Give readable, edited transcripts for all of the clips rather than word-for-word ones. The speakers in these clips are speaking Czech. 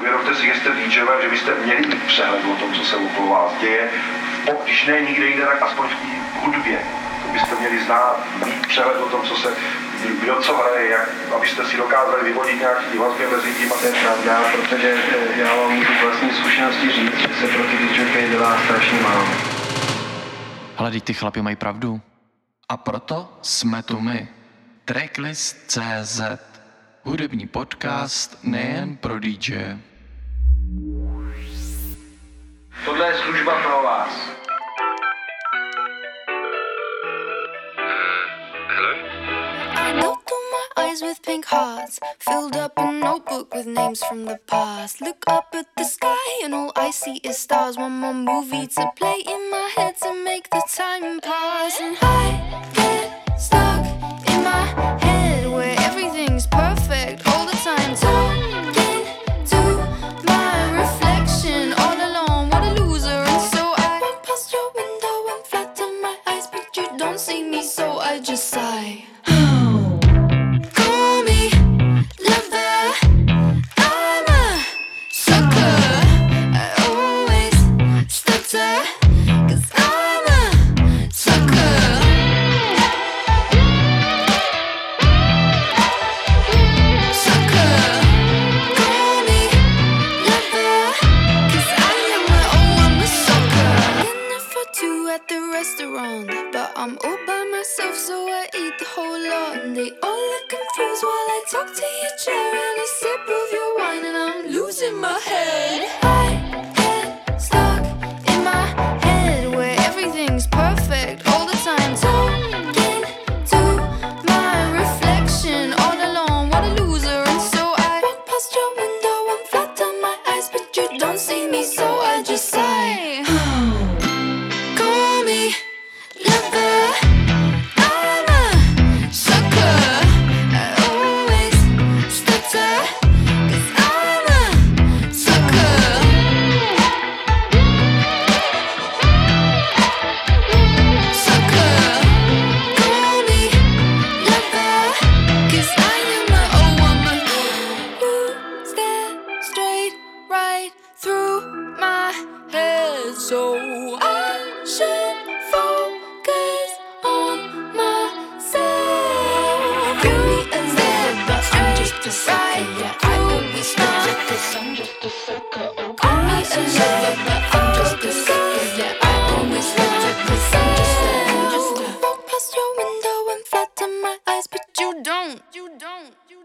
Uvědomte si, že jste DJové, že byste měli mít přehled o tom, co se okolo vás děje. Když ne nikde jinde, tak aspoň v té hudbě. To byste měli znát, mít přehled o tom, co se, kdo co hraje, jak, abyste si dokázali vyvodit nějaký vazby mezi tím a to je pravda, protože já vám můžu vlastní zkušenosti říct, že se pro ty DJky dělá strašně málo. Ale teď ty chlapi mají pravdu. A proto jsme tu my. Tracklist.cz, hudební podcast nejen pro DJ. Tohle je služba pro vás. With pink hearts, filled up a notebook with names from the past. Look up at the sky and all I see is stars. One more movie to play in my head to make the time pass. And I get stuck in my head where everything's perfect all the time. Talking to my reflection all alone, what a loser. And so I walk past your window and flatten my eyes, but you don't see me, so I just sigh. But I'm all by myself, so I eat the whole lot. And they all look confused while I talk to your chair and a sip of your wine, and I'm losing my head. I get stuck in my head where everything's perfect all the time. Talking to my reflection all alone, what a loser. And so I walk past your window and flatten my eyes, but you don't see me, so I just sigh. Call me lover, I'm a sucker. I always stutter, 'cause I'm a sucker. Sucker, call me lover, 'cause I am a woman. You stare straight right through my head, so I should focus on myself. Curious there, but I'm just a sucker. Yeah, I always felt it 'cause I'm just a sucker. Oh, curious there, but I'm just a sucker. Yeah, I always felt it 'cause I'm just a walk past your window and flatten my eyes, but you don't. You don't. You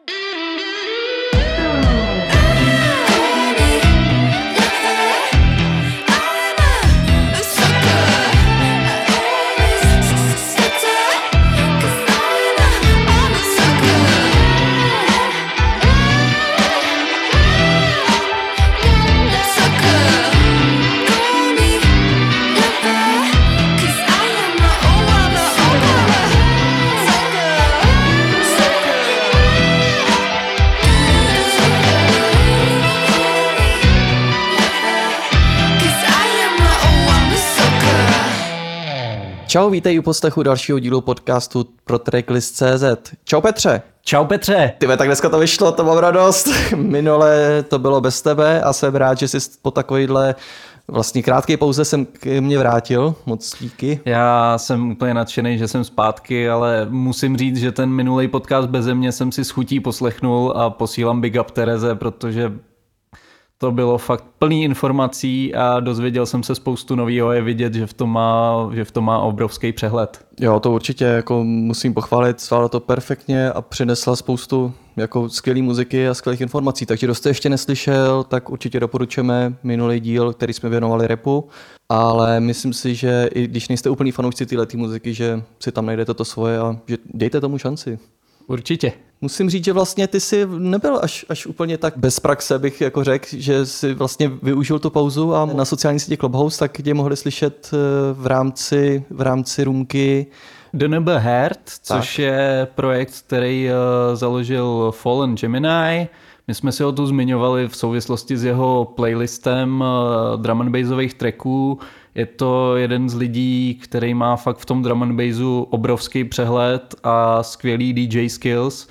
Čau, vítej u poslechu dalšího dílu podcastu pro Tracklist.cz. Čau Petře. Čau Petře. Tyve, tak dneska to vyšlo, to mám radost. Minule to bylo bez tebe a jsem rád, že jsi po takovýhle vlastně krátké pauze jsem k mě vrátil. Moc díky. Já jsem úplně nadšený, že jsem zpátky, ale musím říct, že ten minulý podcast beze mě jsem si s chutí poslechnul a posílám big up Tereze, protože to bylo fakt plný informací a dozvěděl jsem se spoustu novýho, je vidět, že v tom má obrovský přehled. Jo, to určitě jako musím pochválit, zvládla to perfektně a přinesla spoustu jako skvělý muziky a skvělých informací, takže kdo jste ještě neslyšel, tak určitě doporučujeme minulý díl, který jsme věnovali rapu, ale myslím si, že i když nejste úplný fanoušci této muziky, že si tam najdete to svoje a že dejte tomu šanci. Určitě. Musím říct, že vlastně ty jsi nebyl až úplně tak bez praxe, bych jako řekl, že jsi vlastně využil tu pauzu a na sociální sítě Clubhouse tak tě mohli slyšet v rámci roomky DNB Heart, což je projekt, který založil Fallen Gemini. My jsme si ho tu zmiňovali v souvislosti s jeho playlistem drum and bassových tracků. Je to jeden z lidí, který má fakt v tom drum and bassu obrovský přehled a skvělý DJ skills.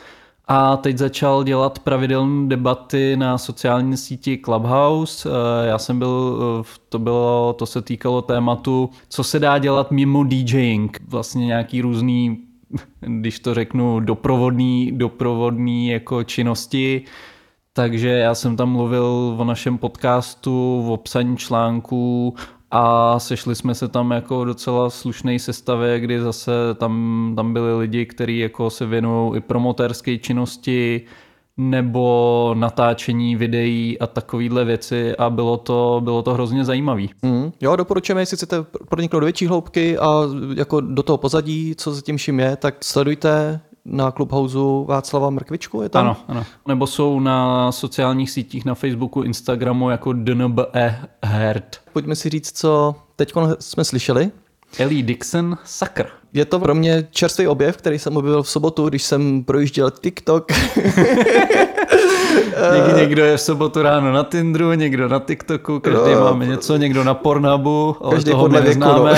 A teď začal dělat pravidelné debaty na sociální síti Clubhouse. Já jsem byl, to se týkalo tématu, co se dá dělat mimo DJing. Vlastně nějaký různý, když to řeknu, doprovodný jako činnosti. Takže já jsem tam mluvil o našem podcastu, o psaní článků a sešli jsme se tam jako docela slušnej sestavě, kdy zase tam byli lidi, kteří jako se věnují i promotérské činnosti nebo natáčení videí a takovýhle věci a bylo to hrozně zajímavý. Jo, doporučujeme, jestli chcete proniknout do větší hloubky a jako do toho pozadí, co za tím vším je, tak sledujte na Clubhouseu Václava Mrkvičku, je tam? Ano. Nebo jsou na sociálních sítích, na Facebooku, Instagramu jako DNBE Herd. Pojďme si říct, co teď jsme slyšeli. Ellie Dixon, Sakr. Je to pro mě čerstvý objev, který jsem objevil v sobotu, když jsem projížděl TikTok. Někdo je v sobotu ráno na Tinderu, někdo na TikToku, každý máme něco, někdo na Pornhubu, ale každý tohohle neznáme.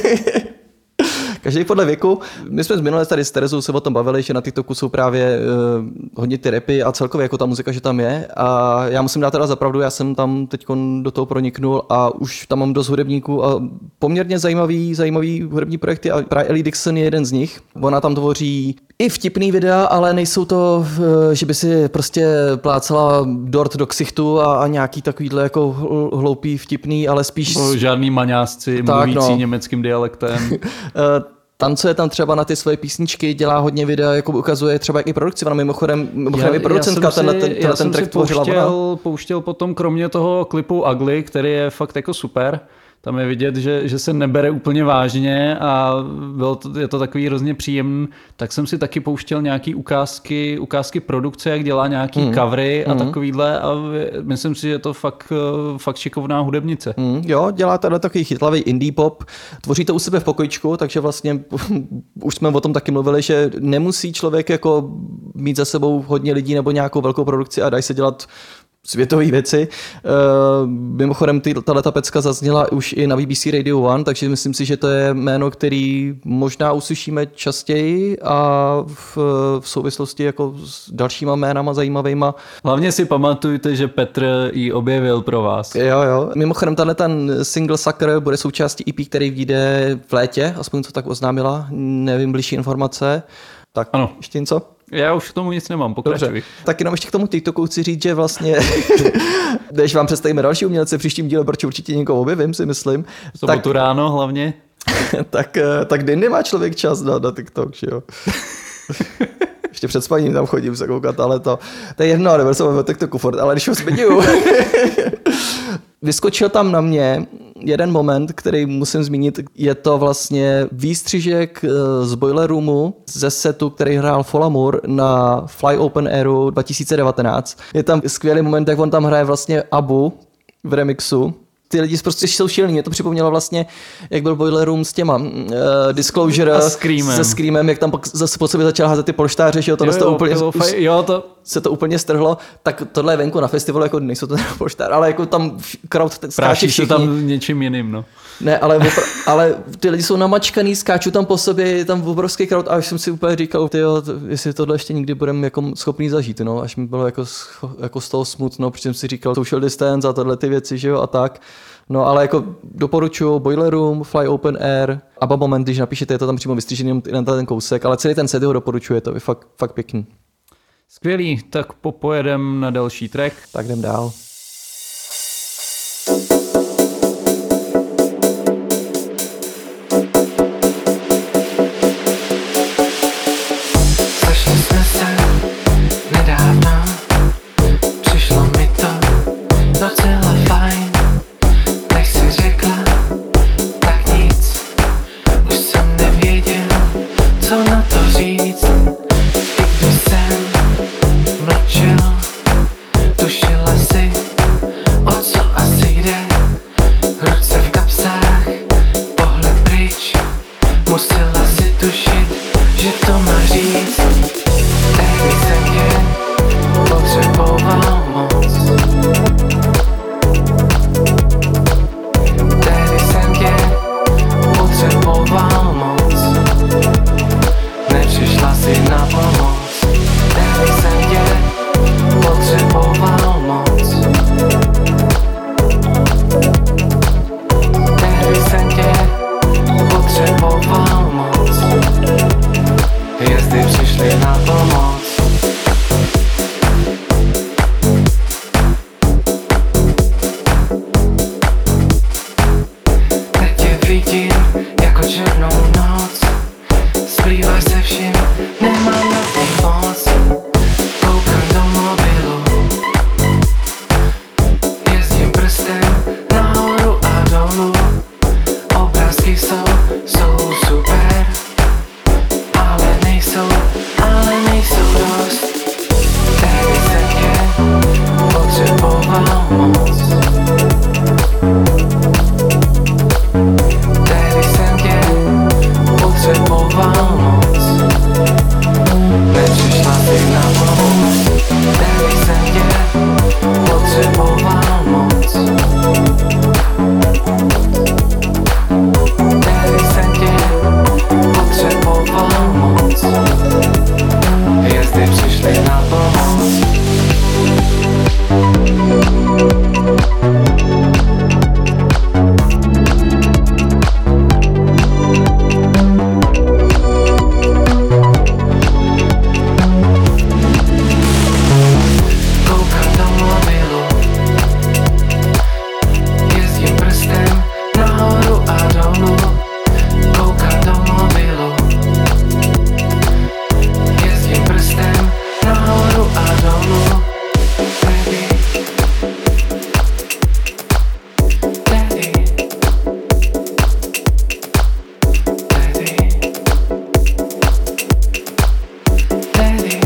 Každý podle věku. My jsme z minulé tady s Terezou se o tom bavili, že na TikToku jsou právě hodně ty rapy a celkově jako ta muzika, že tam je. A já musím dát teda za pravdu, já jsem tam teď do toho proniknul a už tam mám dost hudebníků a poměrně zajímavý hudební projekty a právě Ellie Dixon je jeden z nich. Ona tam tvoří i vtipný videa, ale nejsou to, že by si prostě plácala dort do ksichtu a nějaký takovýhle jako hloupý vtipný, ale spíš... Žádný maňásci mluvící německým dialektem. Tancuje tam třeba na ty svoje písničky, dělá hodně videa, jako ukazuje třeba i produkci. Ona mimochodem i producentka ten track tvořila. Pouštěl potom kromě toho klipu Ugly, který je fakt jako super. Tam je vidět, že se nebere úplně vážně a je to takový hrozně příjemný. Tak jsem si taky pouštěl nějaký ukázky produkce, jak dělá nějaký covery a takovýhle a myslím si, že je to fakt šikovná hudebnice. Jo, dělá tady takový chytlavý indie pop, tvoří to u sebe v pokojičku, takže vlastně už jsme o tom taky mluvili, že nemusí člověk jako mít za sebou hodně lidí nebo nějakou velkou produkci a dají se dělat světové věci. Mimochodem, tato pecka zazněla už i na BBC Radio 1, takže myslím si, že to je jméno, který možná uslyšíme častěji a v souvislosti jako s dalšíma jménama zajímavejma. Hlavně si pamatujte, že Petr ji objevil pro vás. Jo. Mimochodem, ten single Sucker bude součástí EP, který vyjde v létě, aspoň co tak oznámila, nevím bližší informace. Tak ano. Ještě něco? Já už k tomu nic nemám, pokračuj. Tak jenom ještě k tomu TikToku chci říct, že vlastně, když vám představíme další umělce v příštím díle, protože určitě někoho objevím, si myslím. Sobotu ráno hlavně. tak kdy nemá člověk čas na TikTok, že jo? Ještě před spaním tam chodím se koukat, ale to je jedno, nebyl jsem o TikToku furt, ale když ho zmiňuju. Vyskočil tam na mě jeden moment, který musím zmínit, je to vlastně výstřižek z Boiler Roomu ze setu, který hrál Folamur na Fly Open Airu 2019. Je tam skvělý moment, jak on tam hraje vlastně Abu v remixu. Ty lidi prostě jsou šilní, mě to připomnělo vlastně, jak byl Boiler Room s těma Disclosure se Screamem, jak tam pak zase po sobě začal házet ty polštáře, že se to úplně strhlo, tak tohle je venku na festivalu, jako nejsou to polštář, ale jako tam crowd skáče všichni. Se tam něčím jiným, no. Ne, ale ty lidi jsou namačkaný, skáčou tam po sobě, je tam obrovský crowd a už jsem si úplně říkal, jestli tohle ještě nikdy budeme jako schopný zažít, no, až mi bylo jako z toho smutno, protože jsem si říkal social distance a tohle ty věci, že jo, a tak. No, ale jako doporučuji Boiler Room, Fly Open Air, ABBA Moment, když napíšete, je to tam přímo vystřížený na ten kousek, ale celý ten set ho doporučuje, to je fakt pěkný. Skvělý, tak pojedem na další track. Tak jdem dál. mi na pomoc. Koukám do mobilu, jezdím prstem nahoru a dolů. Koukám do mobilu, jezdím prstem nahoru a dolů. Baby, daddy, daddy, daddy.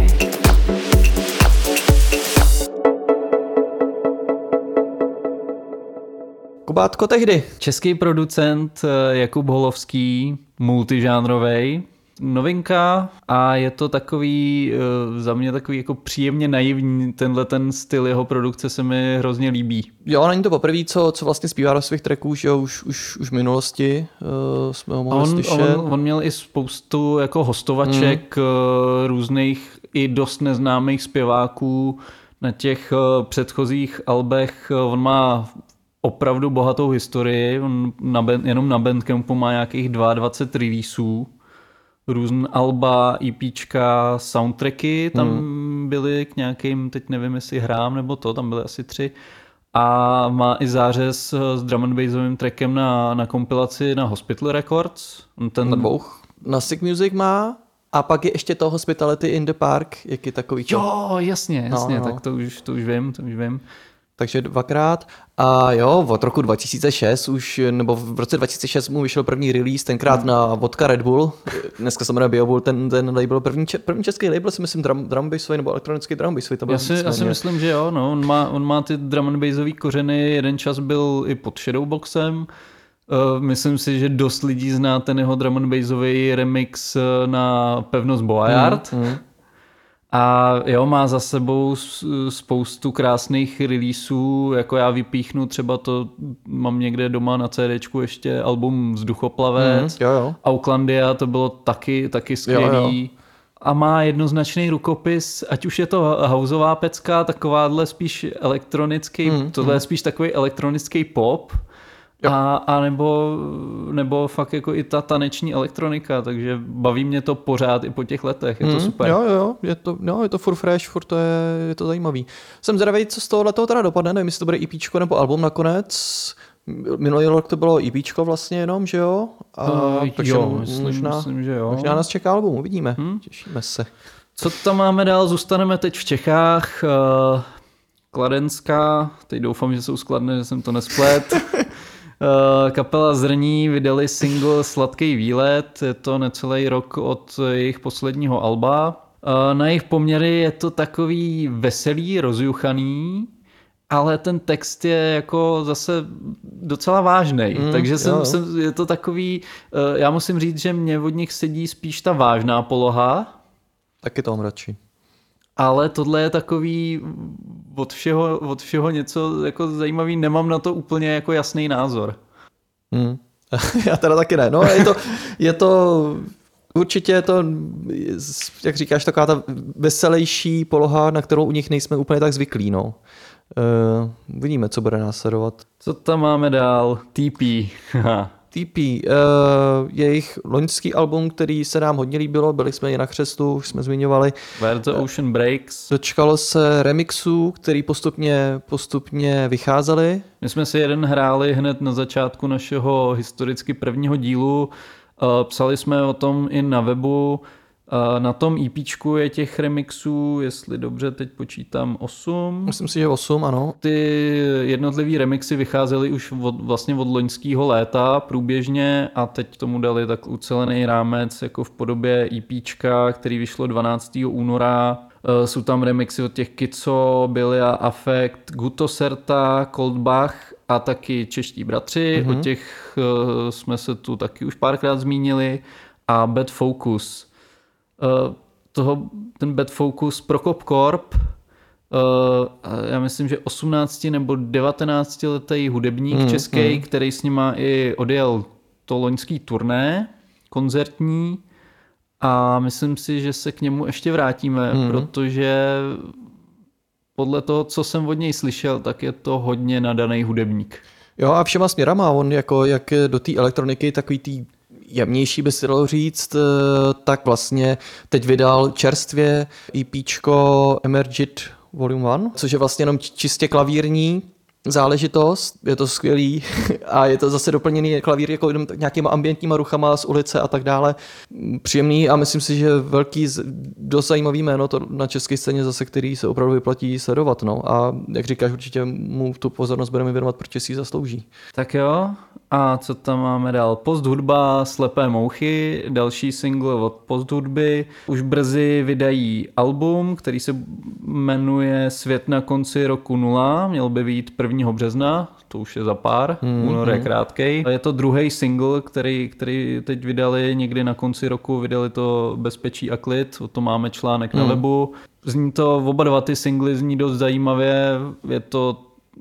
Kubátko tehdy. Český producent Jakub Holovský, multižánrovej, novinka a je to takový, za mě takový jako příjemně naivní, tenhle ten styl jeho produkce se mi hrozně líbí. Jo, není to poprvé, co vlastně zpívá do svých tracků, že jo, už v minulosti jsme ho mohli slyšet. On měl i spoustu jako hostovaček různých i dost neznámých zpěváků na těch předchozích albech. On má opravdu bohatou historii, on jenom na Bandcampu má nějakých 22 releaseů, různé alba, EPčka, soundtracky, tam byly k nějakým, teď nevím jestli hrám nebo to, tam byly asi 3. A má i zářez s drum and bassovým trackem na kompilaci na Hospital Records. Na dvou. Na Sick Music má a pak je ještě to Hospitality in the Park, jak je takový čo. Jo, jasně, No. tak to už vím. Takže dvakrát. A jo, od roku 2006 nebo v roce 2006 mu vyšel první release, tenkrát na vodka Red Bull. Dneska se jmenuje Biobull, ten label, první český label, si myslím drum bassový nebo elektronický drum bassový. Já si myslím, že jo, no, on má ty drum and bassový kořeny, jeden čas byl i pod Shadowboxem. Myslím si, že dost lidí zná ten jeho drum and bassový remix na Pevnost Boyard. A jo, má za sebou spoustu krásných releaseů, jako já vypíchnu třeba to, mám někde doma na CDčku ještě album Vzduchoplavec, Aucklandia, to bylo taky skvělý. Jo. A má jednoznačný rukopis, ať už je to houseová pecka, takováhle spíš elektronický, tohle je spíš takový elektronický pop, a nebo fakt jako i ta taneční elektronika, takže baví mě to pořád i po těch letech, je to super. Jo, je to furt fresh, furt je to zajímavý. Jsem zvědavý, co z tohoto teda dopadne, nevím, jestli to bude EPčko nebo album nakonec. Minulý rok to bylo EPčko vlastně jenom, že jo? Takže myslím, že jo. Možná nás čeká album, uvidíme, těšíme se. Co tam máme dál? Zůstaneme teď v Čechách. Kladenská, teď doufám, že jsou z Kladna, že jsem to nesplet. Kapela Zrní vydali single Sladký výlet, je to necelý rok od jejich posledního alba. Na jejich poměry je to takový veselý, rozjuchaný, ale ten text je jako zase docela vážnej, takže je to takový, já musím říct, že mě od nich sedí spíš ta vážná poloha. Taky to mám radši. Ale tohle je takový od všeho něco jako zajímavý, nemám na to úplně jako jasný názor. Já teda taky ne. No, je to určitě je to, jak říkáš, taková ta veselější poloha, na kterou u nich nejsme úplně tak zvyklí. No. Vidíme, co bude následovat. Co tam máme dál? TP. TP, jejich loňský album, který se nám hodně líbilo, byli jsme i na křestu, už jsme zmiňovali. Where the Ocean Breaks. Dočkalo se remixů, který postupně vycházely. My jsme si jeden hráli hned na začátku našeho historicky prvního dílu. Psali jsme o tom i na webu. Na tom EPčku je těch remixů, jestli dobře teď počítám, 8. Myslím si, že 8, ano. Ty jednotlivý remixy vycházely už vlastně od loňského léta průběžně a teď tomu dali tak ucelený rámec jako v podobě EPčka, který vyšlo 12. února. Jsou tam remixy od těch Kico, Bilia, Affect, Gutoserta, Coldbach a taky Čeští bratři. O těch jsme se tu taky už párkrát zmínili. A Bad Focus. Ten Bad Focus Prokop Corp, já myslím, že 18 nebo 19 letý hudebník český, který s nima i odjel to loňský turné koncertní A myslím si, že se k němu ještě vrátíme, protože podle toho, co jsem od něj slyšel, tak je to hodně nadaný hudebník. Jo, a všema směrama, on jako jak do té elektroniky, takový tý jemnější by se dalo říct, tak vlastně teď vydal čerstvě EPčko Emergit Volume 1, což je vlastně jenom čistě klavírní záležitost, je to skvělý a je to zase doplněný klavír jako nějakýma ambientníma ruchama z ulice a tak dále. Příjemný a myslím si, že velký, dost zajímavý jméno to na české scéně zase, který se opravdu vyplatí sledovat. No. A jak říkáš, určitě mu tu pozornost budeme věnovat, protože si ji zaslouží. Tak jo, a co tam máme dál? Posthudba Slepé mouchy, další single od Posthudby. Už brzy vydají album, který se jmenuje Svět na konci roku 0. Měl by vyjít 1. března, to už je za pár, únor je krátkej. Je to druhý single, který teď vydali někdy na konci roku, vydali to Bezpečí a klid, o tom máme článek na webu. Zní to, oba dva ty singly zní dost zajímavě, je to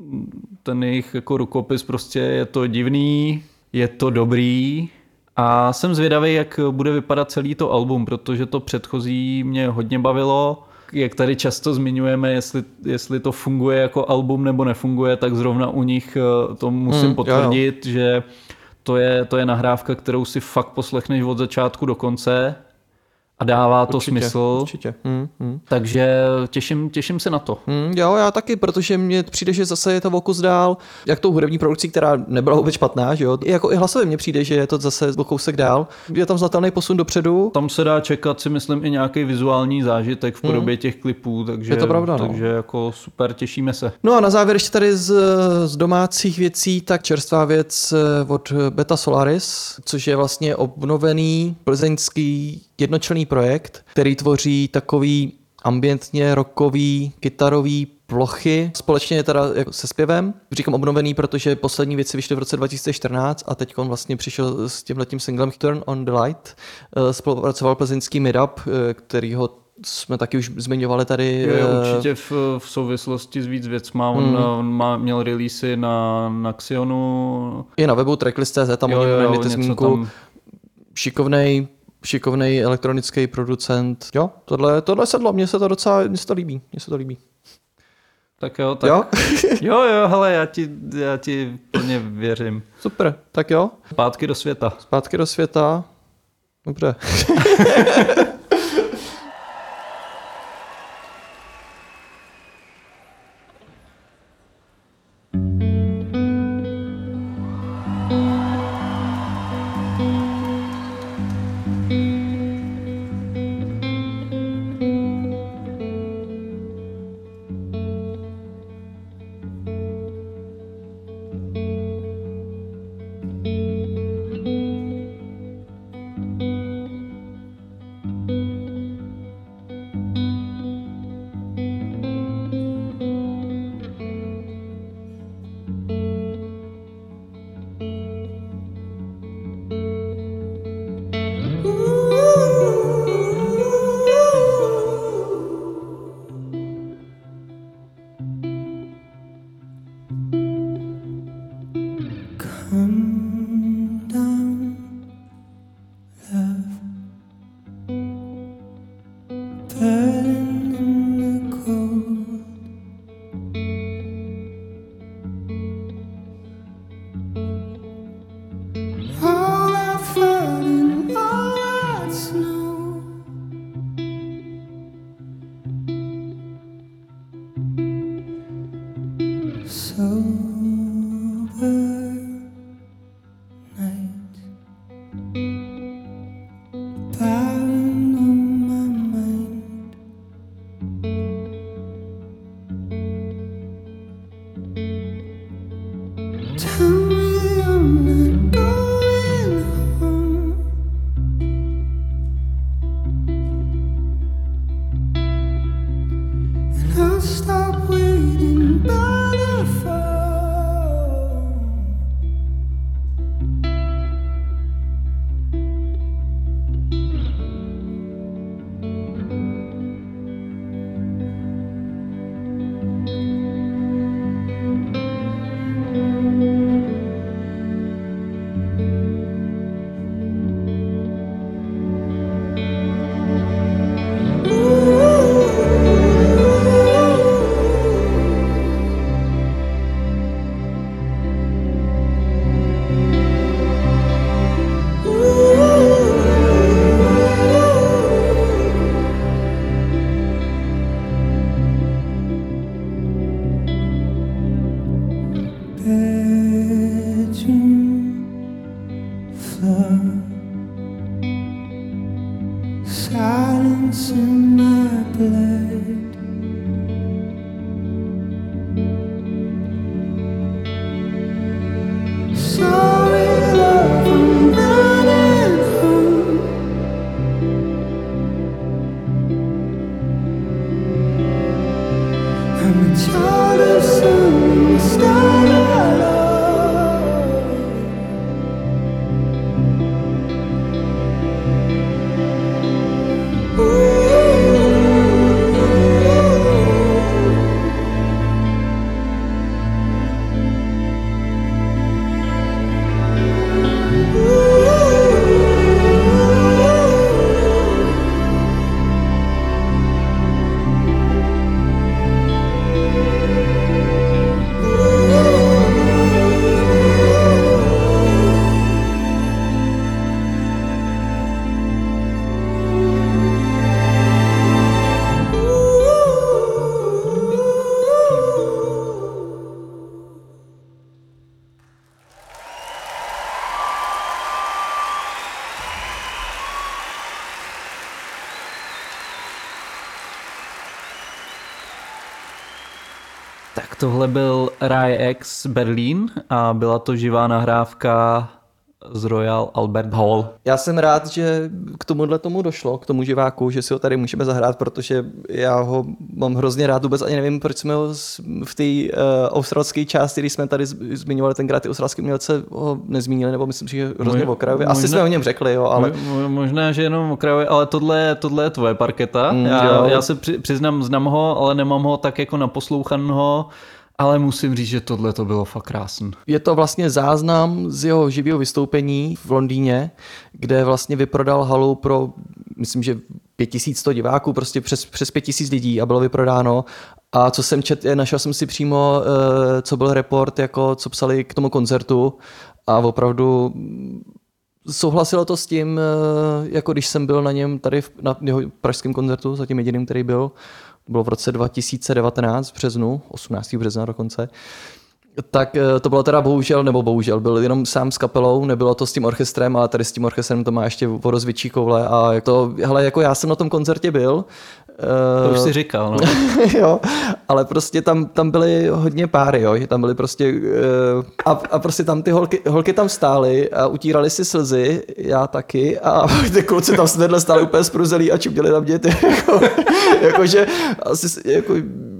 ten jejich jako rukopis, prostě je to divný, je to dobrý a jsem zvědavý, jak bude vypadat celý to album, protože to předchozí mě hodně bavilo. Jak tady často zmiňujeme, jestli to funguje jako album nebo nefunguje, tak zrovna u nich to musím potvrdit, že to je nahrávka, kterou si fakt poslechneš od začátku do konce a dává to smysl. Určitě. Takže těším se na to. Jo, já taky, protože mně přijde, že zase je to o kus dál, jak tou hudební produkcí, která nebyla vůbec špatná, že jo. Jako i hlasově mně přijde, že je to zase o kousek dál. Je tam znatelný posun dopředu. Tam se dá čekat, si myslím, i nějaký vizuální zážitek v podobě těch klipů, takže, je to pravda, takže jako super, těšíme se. No a na závěr ještě tady z domácích věcí, tak čerstvá věc od Beta Solaris, což je vlastně obnovený plzeňský jednočlenný projekt, který tvoří takový ambientně rockový, kytarový plochy, společně teda jako se zpěvem. Říkám obnovený, protože poslední věci vyšly v roce 2014 a teď on vlastně přišel s tímhletím singlem Turn on the Light. Spolupracoval plzeňský Midap, kterýho jsme taky už zmiňovali tady. Jo, určitě v souvislosti s víc věcma. On měl releasy na Xionu. I na webu tracklist.cz, tam oni najdete zmínku. Šikovnej elektronický producent. Jo, tohle sedlo, mně se to líbí. Tak jo, tak. Jo, hele, já ti plně věřím. Super, tak jo. Zpátky do světa. Dobře. Child of sun, starlight. Tak tohle byl Rai X Berlín a byla to živá nahrávka z Royal Albert Hall. Já jsem rád, že k tomuhle tomu došlo, k tomu živáku, že si ho tady můžeme zahrát, protože já ho mám hrozně rád, vůbec ani nevím, proč jsme ho v té australské části, když jsme tady zmiňovali tenkrát ty australské umělce, ho nezmínili, nebo myslím si, že hrozně okrajově. Asi jsme o něm řekli, jo, ale... Možná, že jenom okrajově, ale tohle je tvoje parketa. Já se přiznám, znám ho, ale nemám ho tak jako naposlouchaného. Ale musím říct, že tohle to bylo fakt krásný. Je to vlastně záznam z jeho živého vystoupení v Londýně, kde vlastně vyprodal halu pro, myslím, že 5100 diváků, prostě přes 5000 lidí a bylo vyprodáno. A co jsem četl, našel jsem si přímo, co byl report, jako co psali k tomu koncertu a opravdu souhlasilo to s tím, jako když jsem byl na něm tady na jeho pražském koncertu, za tím jediným, který byl. Bylo v roce 2019 v březnu, 18. března dokonce, tak to bylo teda bohužel, byl jenom sám s kapelou, nebylo to s tím orchestrem, ale tady s tím orchestrem to má ještě o dost větší koule a jako já jsem na tom koncertě byl. To už si říkal, no. Jo, ale prostě tam byly hodně páry, jo, že tam byly prostě a prostě tam ty holky tam stály a utírali si slzy, já taky a ty kluci tam vedle stáli úplně spruzelí a čuměli na mě, jakože asi jako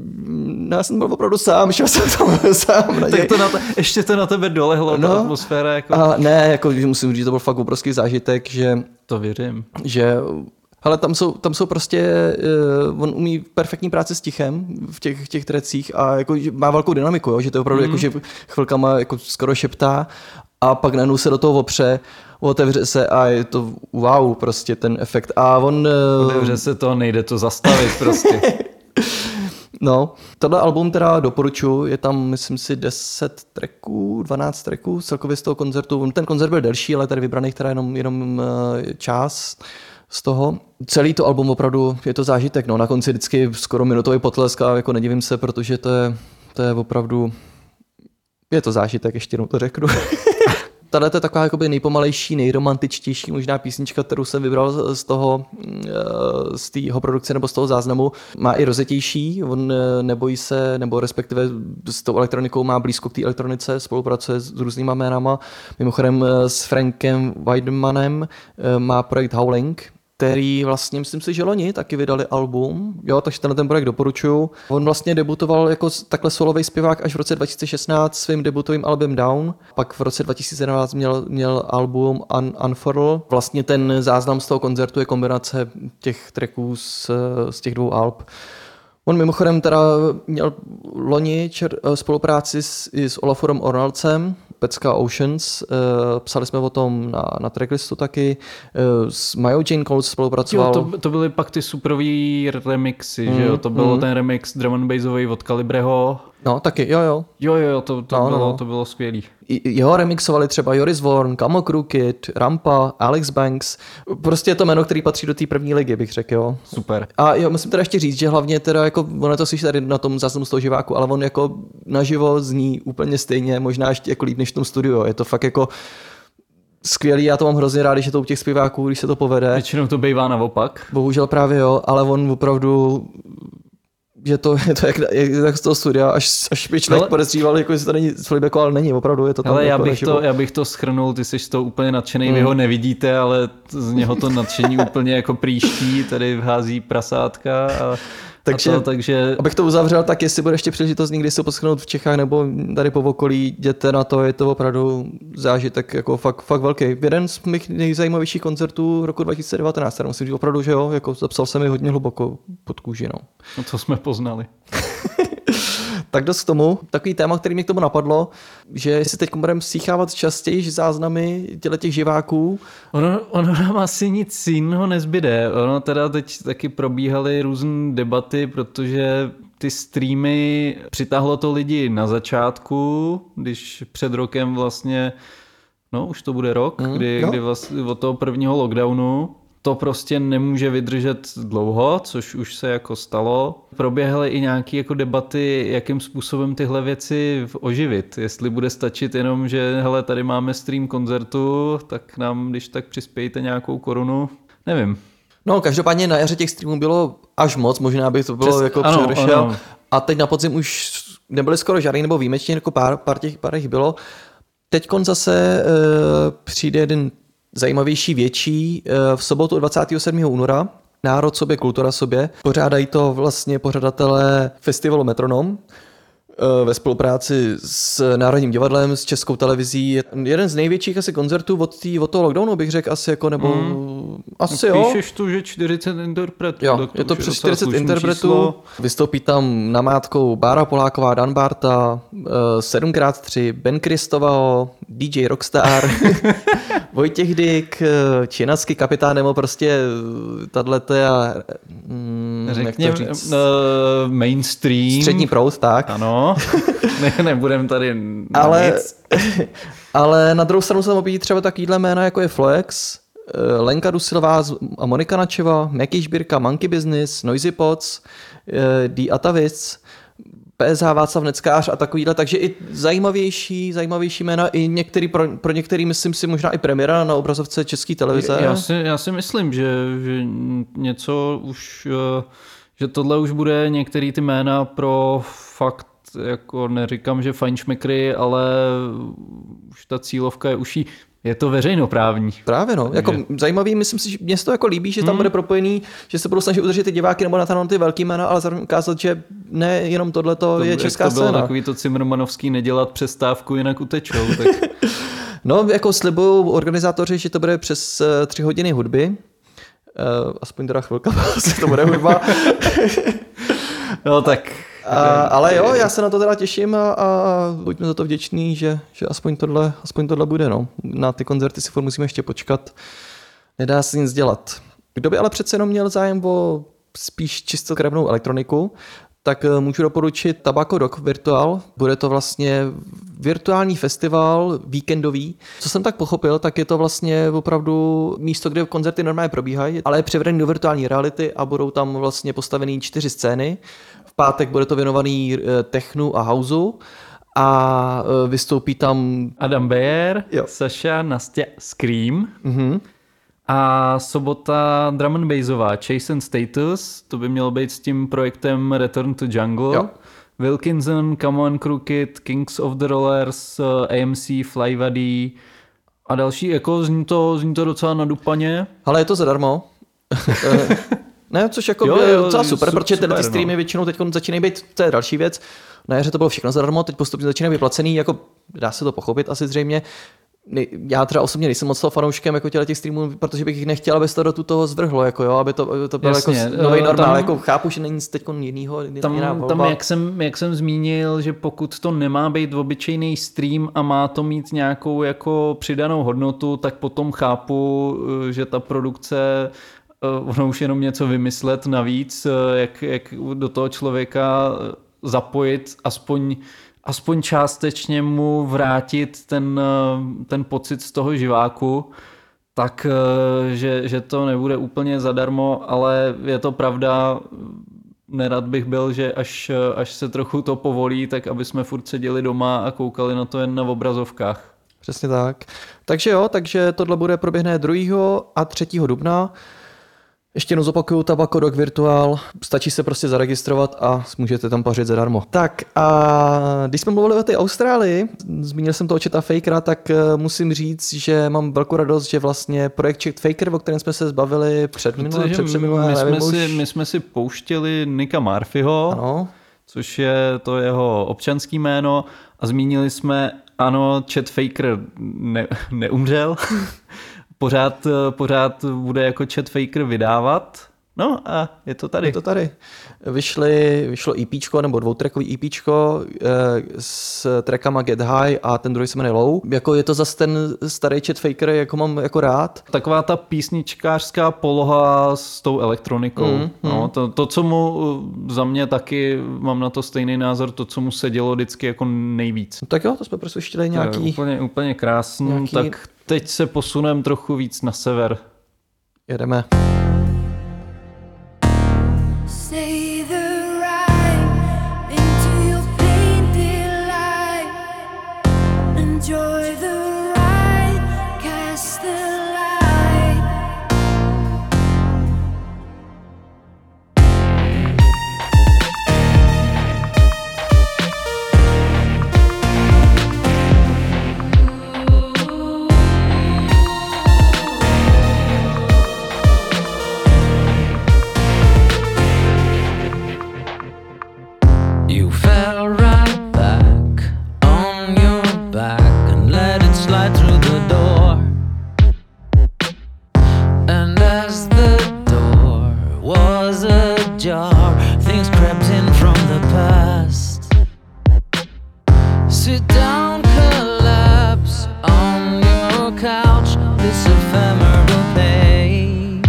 já jsem byl opravdu sám, šel jsem tam sám. Tak ještě to na tebe dolehlo, ta atmosféra. Jako... A ne, jako musím říct, to byl fakt obrovský zážitek, že... To věřím. Že... Ale tam jsou prostě, on umí perfektní práci s tichem v těch trecích a jako má velkou dynamiku, jo, že to je opravdu jako, že chvilkama jako skoro šeptá a pak najednou se do toho opře, otevře se a je to wow, prostě ten efekt. A on... Otevře se to, nejde to zastavit prostě. No, tohle album teda doporučuji, je tam, myslím si, 10 tracků, 12 tracků celkově z toho koncertu. Ten koncert byl delší, ale tady vybraných teda jenom čas z toho. Celý to album opravdu je to zážitek, no, na konci vždycky skoro minutový potlesk a jako nedivím se, protože to je opravdu, je to zážitek, ještě jednou to řeknu. Tahle je taková jakoby nejpomalejší, nejromantičtější možná písnička, kterou jsem vybral z té jeho produkce nebo z toho záznamu. Má i rozetější, on nebojí se, nebo respektive s tou elektronikou má blízko k té elektronice, spolupracuje s různýma jménama. Mimochodem s Frankem Weidmanem má projekt Howling, který vlastně, myslím si, že loni taky vydali album, jo, takže ten projekt doporučuju. On vlastně debutoval jako takhle solový zpěvák až v roce 2016 svým debutovým album Down, pak v roce 2017 měl album Unfurl. Vlastně ten záznam z toho koncertu je kombinace těch tracků z těch dvou alb. On mimochodem teda měl loni spolupráci s Olafurem Ornaldcem, Pecka Oceans, psali jsme o tom na tracklistu taky, s Majou Jane Coles spolupracoval. Jo, to byly pak ty superový remixy, že jo, to bylo ten remix drum and bassový od Calibreho. No, taky, jo. Jo, to bylo skvělý. Jeho remixovali třeba Joris Vorn, Camo Crooked, Rampa, Alex Banks. Prostě je to jméno, který patří do té první ligy, bych řekl, jo. Super. A jo, musím teda ještě říct, že hlavně teda jako, ono to slyší tady na tom záznamu z toho živáku, ale on jako naživo zní úplně stejně, možná ještě jako líp než v tom studiu, jo. Je to fakt jako skvělý, já to mám hrozně rád, když je to u těch zpěváků, když se to povede. Většinou to bývá naopak. Bohužel právě jo, ale on opravdu... Je to jak z toho studia, až by člověk podezříval, jako jestli to není Slibeko, ale není, opravdu je to tam. Ale jako já bych to shrnul, ty jsi to úplně nadšený, vy ho nevidíte, ale z něho to nadšení úplně jako příští, tady vhází prasátka Takže abych to uzavřel, tak jestli bude ještě příležitost někdy se poslechnout v Čechách nebo tady po okolí, jděte na to, je to opravdu zážitek jako fakt velký. Jeden z mých nejzajímavějších koncertů roku 2019, teda musím říct opravdu, že jo, jako zapsal se mi hodně hluboko pod kůži. No to jsme poznali. Tak dost k tomu. Takový téma, který mě k tomu napadlo, že jestli teď budeme stříchávat častěji záznamy těch živáků. Ono nám asi nic jiného nezbyde. Ono teda teď taky probíhaly různé debaty, protože ty streamy přitáhlo to lidi na začátku, když před rokem vlastně, no už to bude rok, kdy vlastně od toho prvního lockdownu to prostě nemůže vydržet dlouho, což už se jako stalo. Proběhly i nějaké jako debaty, jakým způsobem tyhle věci oživit. Jestli bude stačit jenom, že hele, tady máme stream koncertu, tak nám když tak přispějte nějakou korunu. Nevím. No, každopádně na jaře těch streamů bylo až moc, možná by to bylo jako předešel. A teď na podzim už nebyly skoro žádný, nebo výjimečně jako pár jich bylo. Teďkon zase přijde jeden zajímavější, větší v sobotu 27. února. Národ sobě, kultura sobě. Pořádají to vlastně pořadatelé festivalu Metronom ve spolupráci s Národním divadlem, s Českou televizí. Jeden z největších asi koncertů od toho lockdownu, bych řekl asi jako, nebo asi jo. Píšeš tu, že 40 interpretů. Jo, je to přes 40 interpretů. Vystoupí tam namátkou Bára Poláková, Dan Barta, 7x3, Ben Kristovao, DJ Rockstar, Vojtěch Dyk, Činacky kapitán, nebo prostě tato řekněme mainstream. Střední proud, tak. Ano, nebudem tady ale na druhou stranu se tam objíjí třeba takovýhle jména, jako je Floex, Lenka Dusilová a Monika Načeva, Meky Žbírka, Monkey Business, Noisy Pots, D. Atavic, PSH Václav Neckář a takovýhle, takže i zajímavější jména, i některý, pro některý myslím si možná i premiéra na obrazovce České televize. Já si myslím, že něco už, že tohle už bude některý ty jména pro fakt, jako neříkám, že fajnšmekry, ale už ta cílovka je uší. Je to veřejnoprávní. Právě no, jako zajímavý, myslím si, že mě se to jako líbí, že tam bude propojený, že se budou snažit udržet ty diváky nebo natáhnout ty velký jména, ale zároveň ukázat, že ne jenom tohleto je česká scéna. To bylo takový to Cimrmanovský nedělat přestávku, jinak utečou. Tak. No, jako slibují organizátoři, že to bude přes 3 hodiny hudby. Aspoň teda chvilka, to bude hudba. No tak. Ale jo, já se na to teda těším a buďme za to vděční, že aspoň tohle bude. No. Na ty koncerty si musíme ještě počkat. Nedá se nic dělat. Kdo by ale přece jenom měl zájem o spíš čistokrevnou elektroniku, tak můžu doporučit Tobacco Rock Virtual. Bude to vlastně virtuální festival víkendový. Co jsem tak pochopil, tak je to vlastně opravdu místo, kde koncerty normálně probíhají, ale je převedený do virtuální reality a budou tam vlastně postavený 4 scény. V pátek bude to věnovaný technu a houseu a vystoupí tam Adam Beyer, Saša, Nastya, Scream. A sobota drum and bassová Chase and Status, to by mělo být s tím projektem Return to Jungle. Jo. Wilkinson, Come On Crooked, Kings of the Rollers, AMC, Flyvady a další, jako zní to docela nadupaně. Ale je to zadarmo. Ne, což jako docela super, protože tyhle ty streamy většinou teď začínají být, to je další věc. Na jaře to bylo všechno zadarmo, teď postupně začínají být placený, jako dá se to pochopit asi zřejmě. Já třeba osobně nejsem moc fanouškem jako těch streamů, protože bych nechtěl, aby se to do toho zvrhlo, jako jo, aby to bylo jako nový normál, jako chápu, že není teď jinýho, jiná volba. Tam jak jsem zmínil, že pokud to nemá být obyčejný stream a má to mít nějakou jako přidanou hodnotu, tak potom chápu, že ta produkce ono už jenom něco vymyslet navíc, jak do toho člověka zapojit, aspoň částečně mu vrátit ten pocit z toho živáku, tak že to nebude úplně zadarmo, ale je to pravda, nerad bych byl, že až se trochu to povolí, tak aby jsme furt seděli doma a koukali na to jen na obrazovkách. Přesně tak. Takže tohle bude proběhne 2. a 3. dubna. Ještě jednou zopakuju, Tabako Rock Virtual, stačí se prostě zaregistrovat a můžete tam pařit zadarmo. Tak a když jsme mluvili o té Austrálii, zmínil jsem toho Cheta Fakera, tak musím říct, že mám velkou radost, že vlastně projekt Chet Faker, o kterém jsme se zbavili my jsme si pouštěli Nicka Murphyho, ano. Což je to jeho občanský jméno a zmínili jsme, ano, Chet Faker neumřel, pořád bude jako Chet Faker vydávat. No a je to tady. Vyšlo EPčko, nebo dvoutrackový EPčko s trackama Get High a ten druhý se jmenuje Low. Jako je to zase ten starý Chet Faker, jako mám jako rád. Taková ta písničkářská poloha s tou elektronikou. No, to, co mu za mě taky, mám na to stejný názor, to, co mu se dělo vždycky jako nejvíc. Tak jo, to jsme prostě ještě nějaký... Úplně krásný. Nějaký... Tak teď se posuneme trochu víc na sever. Jedeme. Say the ride into your painted light. Enjoy the ride, cast the light. You fell right back on your back and let it slide through the door. And as the door was ajar, things crept in from the past. Sit down, collapse on your couch. This ephemeral pain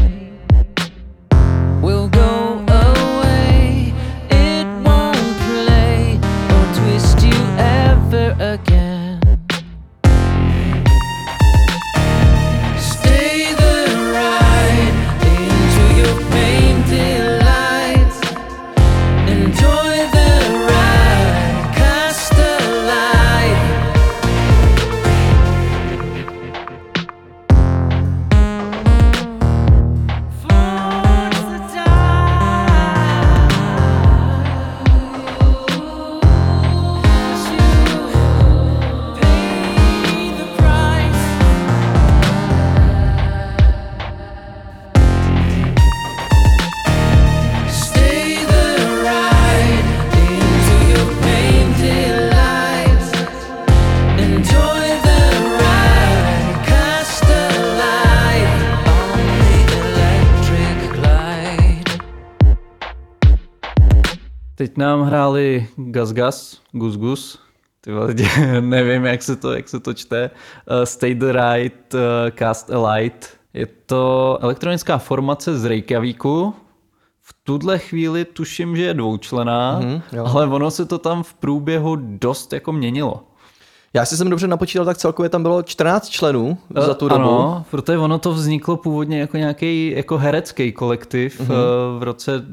will go away. It won't play or twist you ever again. Stay the ride into your painted lights. Enjoy the ride, cast the light. Forge the pay the price. Stay the ride into your painted lights. Enjoy the ride, cast a light on the electric glide. Teď nám hráli Gus Gus. Ty vole, nevím, jak se to čte. Stay the Right, Cast a Light. Je to elektronická formace z Reykjavíku. V tuhle chvíli tuším, že je dvoučlenná, ale ono se to tam v průběhu dost jako měnilo. Já si jsem dobře napočítal, tak celkově tam bylo 14 členů za tu dobu. Ano, protože ono to vzniklo původně jako nějaký jako herecký kolektiv v roce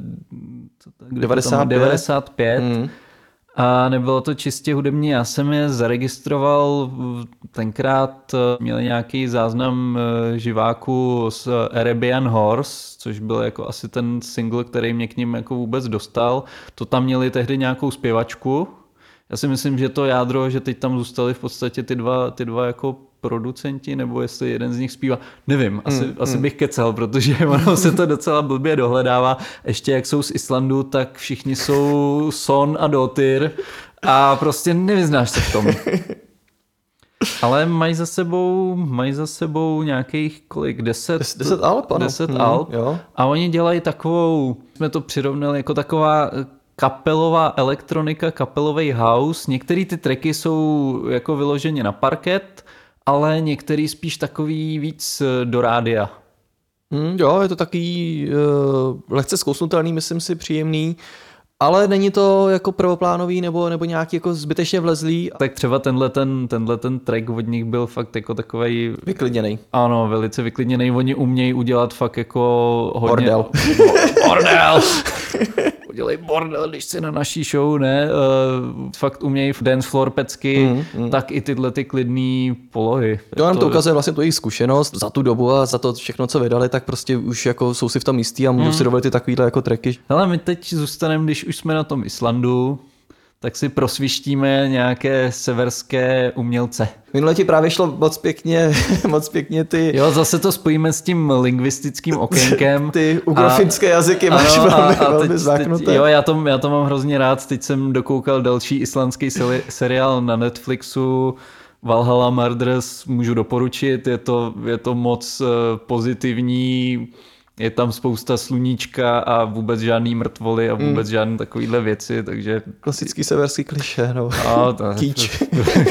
95. A nebylo to čistě hudební, já jsem je zaregistroval, tenkrát měli nějaký záznam živáku z Arabian Horse, což byl jako asi ten single, který mě k ním jako vůbec dostal. To tam měli tehdy nějakou zpěvačku. Já si myslím, že to jádro, že teď tam zůstali v podstatě ty dva jako producenti, nebo jestli jeden z nich zpívá. Nevím, asi bych kecal, protože ono se to docela blbě dohledává. Ještě jak jsou z Islandu, tak všichni jsou Son a Dotyr a prostě nevyznáš se v tom. Ale mají za sebou nějakých kolik? 10 alb, ano. 10 alb. Jo. A oni dělají takovou, jsme to přirovnali jako taková kapelová elektronika, kapelový house. Některé ty tracky jsou jako vyloženě na parket, ale některý spíš takový víc do rádia. Jo, je to takový lehce zkousnutelný, myslím si, příjemný, ale není to jako prvoplánový nebo nějaký jako zbytečně vlezlý. Tak třeba tenhle ten track od nich byl fakt jako takovej... Vyklidněnej. Ano, velice vyklidněnej. Oni umějí udělat fakt jako hodně... Bordel. Bordel! udělej bordel, když si na naší show, ne, fakt umějí v dance floor pecky, tak i tyhle ty klidný polohy. To nám to ukazuje vlastně tu jejich zkušenost za tu dobu a za to všechno, co vydali, tak prostě už jako jsou si v tom jistý a můžou si dovolit i takovýhle jako tracky. Hele, my teď zůstaneme, když už jsme na tom Islandu, tak si prosvištíme nějaké severské umělce. Minule ti právě šlo moc pěkně ty... Jo, zase to spojíme s tím lingvistickým okénkem. Ty ugrofinské jazyky máš velmi zváknuté. Jo, já to mám hrozně rád. Teď jsem dokoukal další islandský seriál na Netflixu, Valhalla Murders, můžu doporučit. Je to moc pozitivní. Je tam spousta sluníčka a vůbec žádný mrtvoly a vůbec žádné takovýhle věci, takže... Klasický severský klišé, no. Kýč.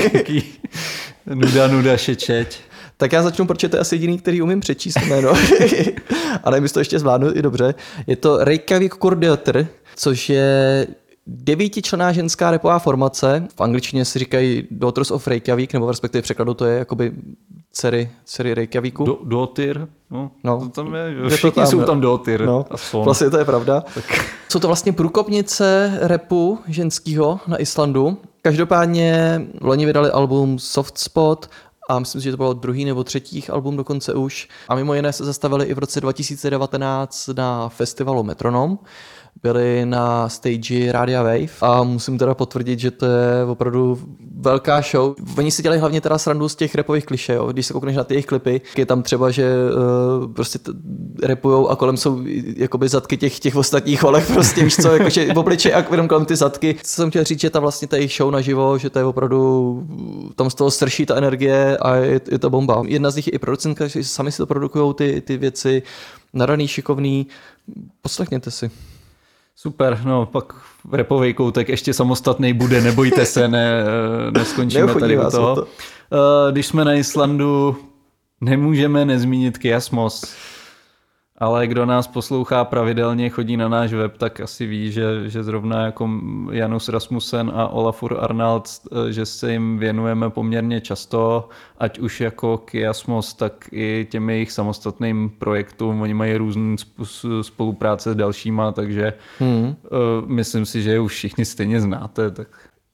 Nuda, šečeť. Tak já začnu, protože to je asi jediný, který umím přečíst jméno. Ale nevím, jestli to ještě zvládnu i dobře. Je to Reykjavík Kurdiotr, což je 9členná ženská rapová formace. V angličtině si říkají Daughters of Reykjavik, nebo v respektive překladu to je jakoby dcery Reykjavíku. Dotyr? No. To tam je, všichni jsou tam dotyr. No, vlastně to je pravda. Tak. Jsou to vlastně průkopnice rapu ženskýho na Islandu. Každopádně loni vydali album Soft Spot a myslím si, že to bylo druhý nebo třetí album dokonce už. A mimo jiné se zastavili i v roce 2019 na festivalu Metronom. Byli na stage Radia Wave a musím teda potvrdit, že to je opravdu velká show. Oni si dělají hlavně teda srandu z těch rapových klišé, jo. Když se koukneš na ty jejich klipy, je tam třeba, že prostě rapujou a kolem jsou jakoby zadky těch ostatních holek, prostě víš co, jakože v obličeji a jenom kolem ty zadky. Co jsem chtěl říct, že ta vlastně ta jejich show naživo, že to je opravdu, tam z toho strší ta energie a je to bomba. Jedna z nich je i producentka, že sami si to produkujou ty věci, nadaný, šikovný, poslechněte si. Super, no pak rapovej koutek ještě samostatný bude, nebojte se, neskončíme tady u toho. Když jsme na Islandu, nemůžeme nezmínit Kiasmos, ale kdo nás poslouchá pravidelně, chodí na náš web, tak asi ví, že zrovna jako Janus Rasmussen a Olafur Arnald, že se jim věnujeme poměrně často, ať už jako Kiasmos, tak i těm jejich samostatným projektům. Oni mají různé spolupráce s dalšíma, takže myslím si, že je už všichni stejně znáte. Tak...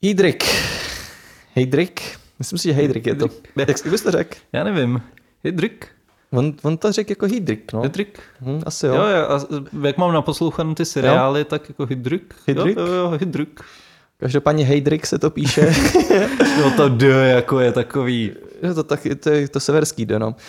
Heydrik? Myslím si, že Heydrik je to. Jak bys to řekl? Já nevím. Heydrik? On to řekl jako Hydrik, no. Hydrik? Asi jo. Jo, jak mám naposlouchané ty seriály, jo? Tak jako Hydrik. Jo, Hydrik. Každopádně Heydrik se to píše. No to D jako je takový. To je to severský D, no.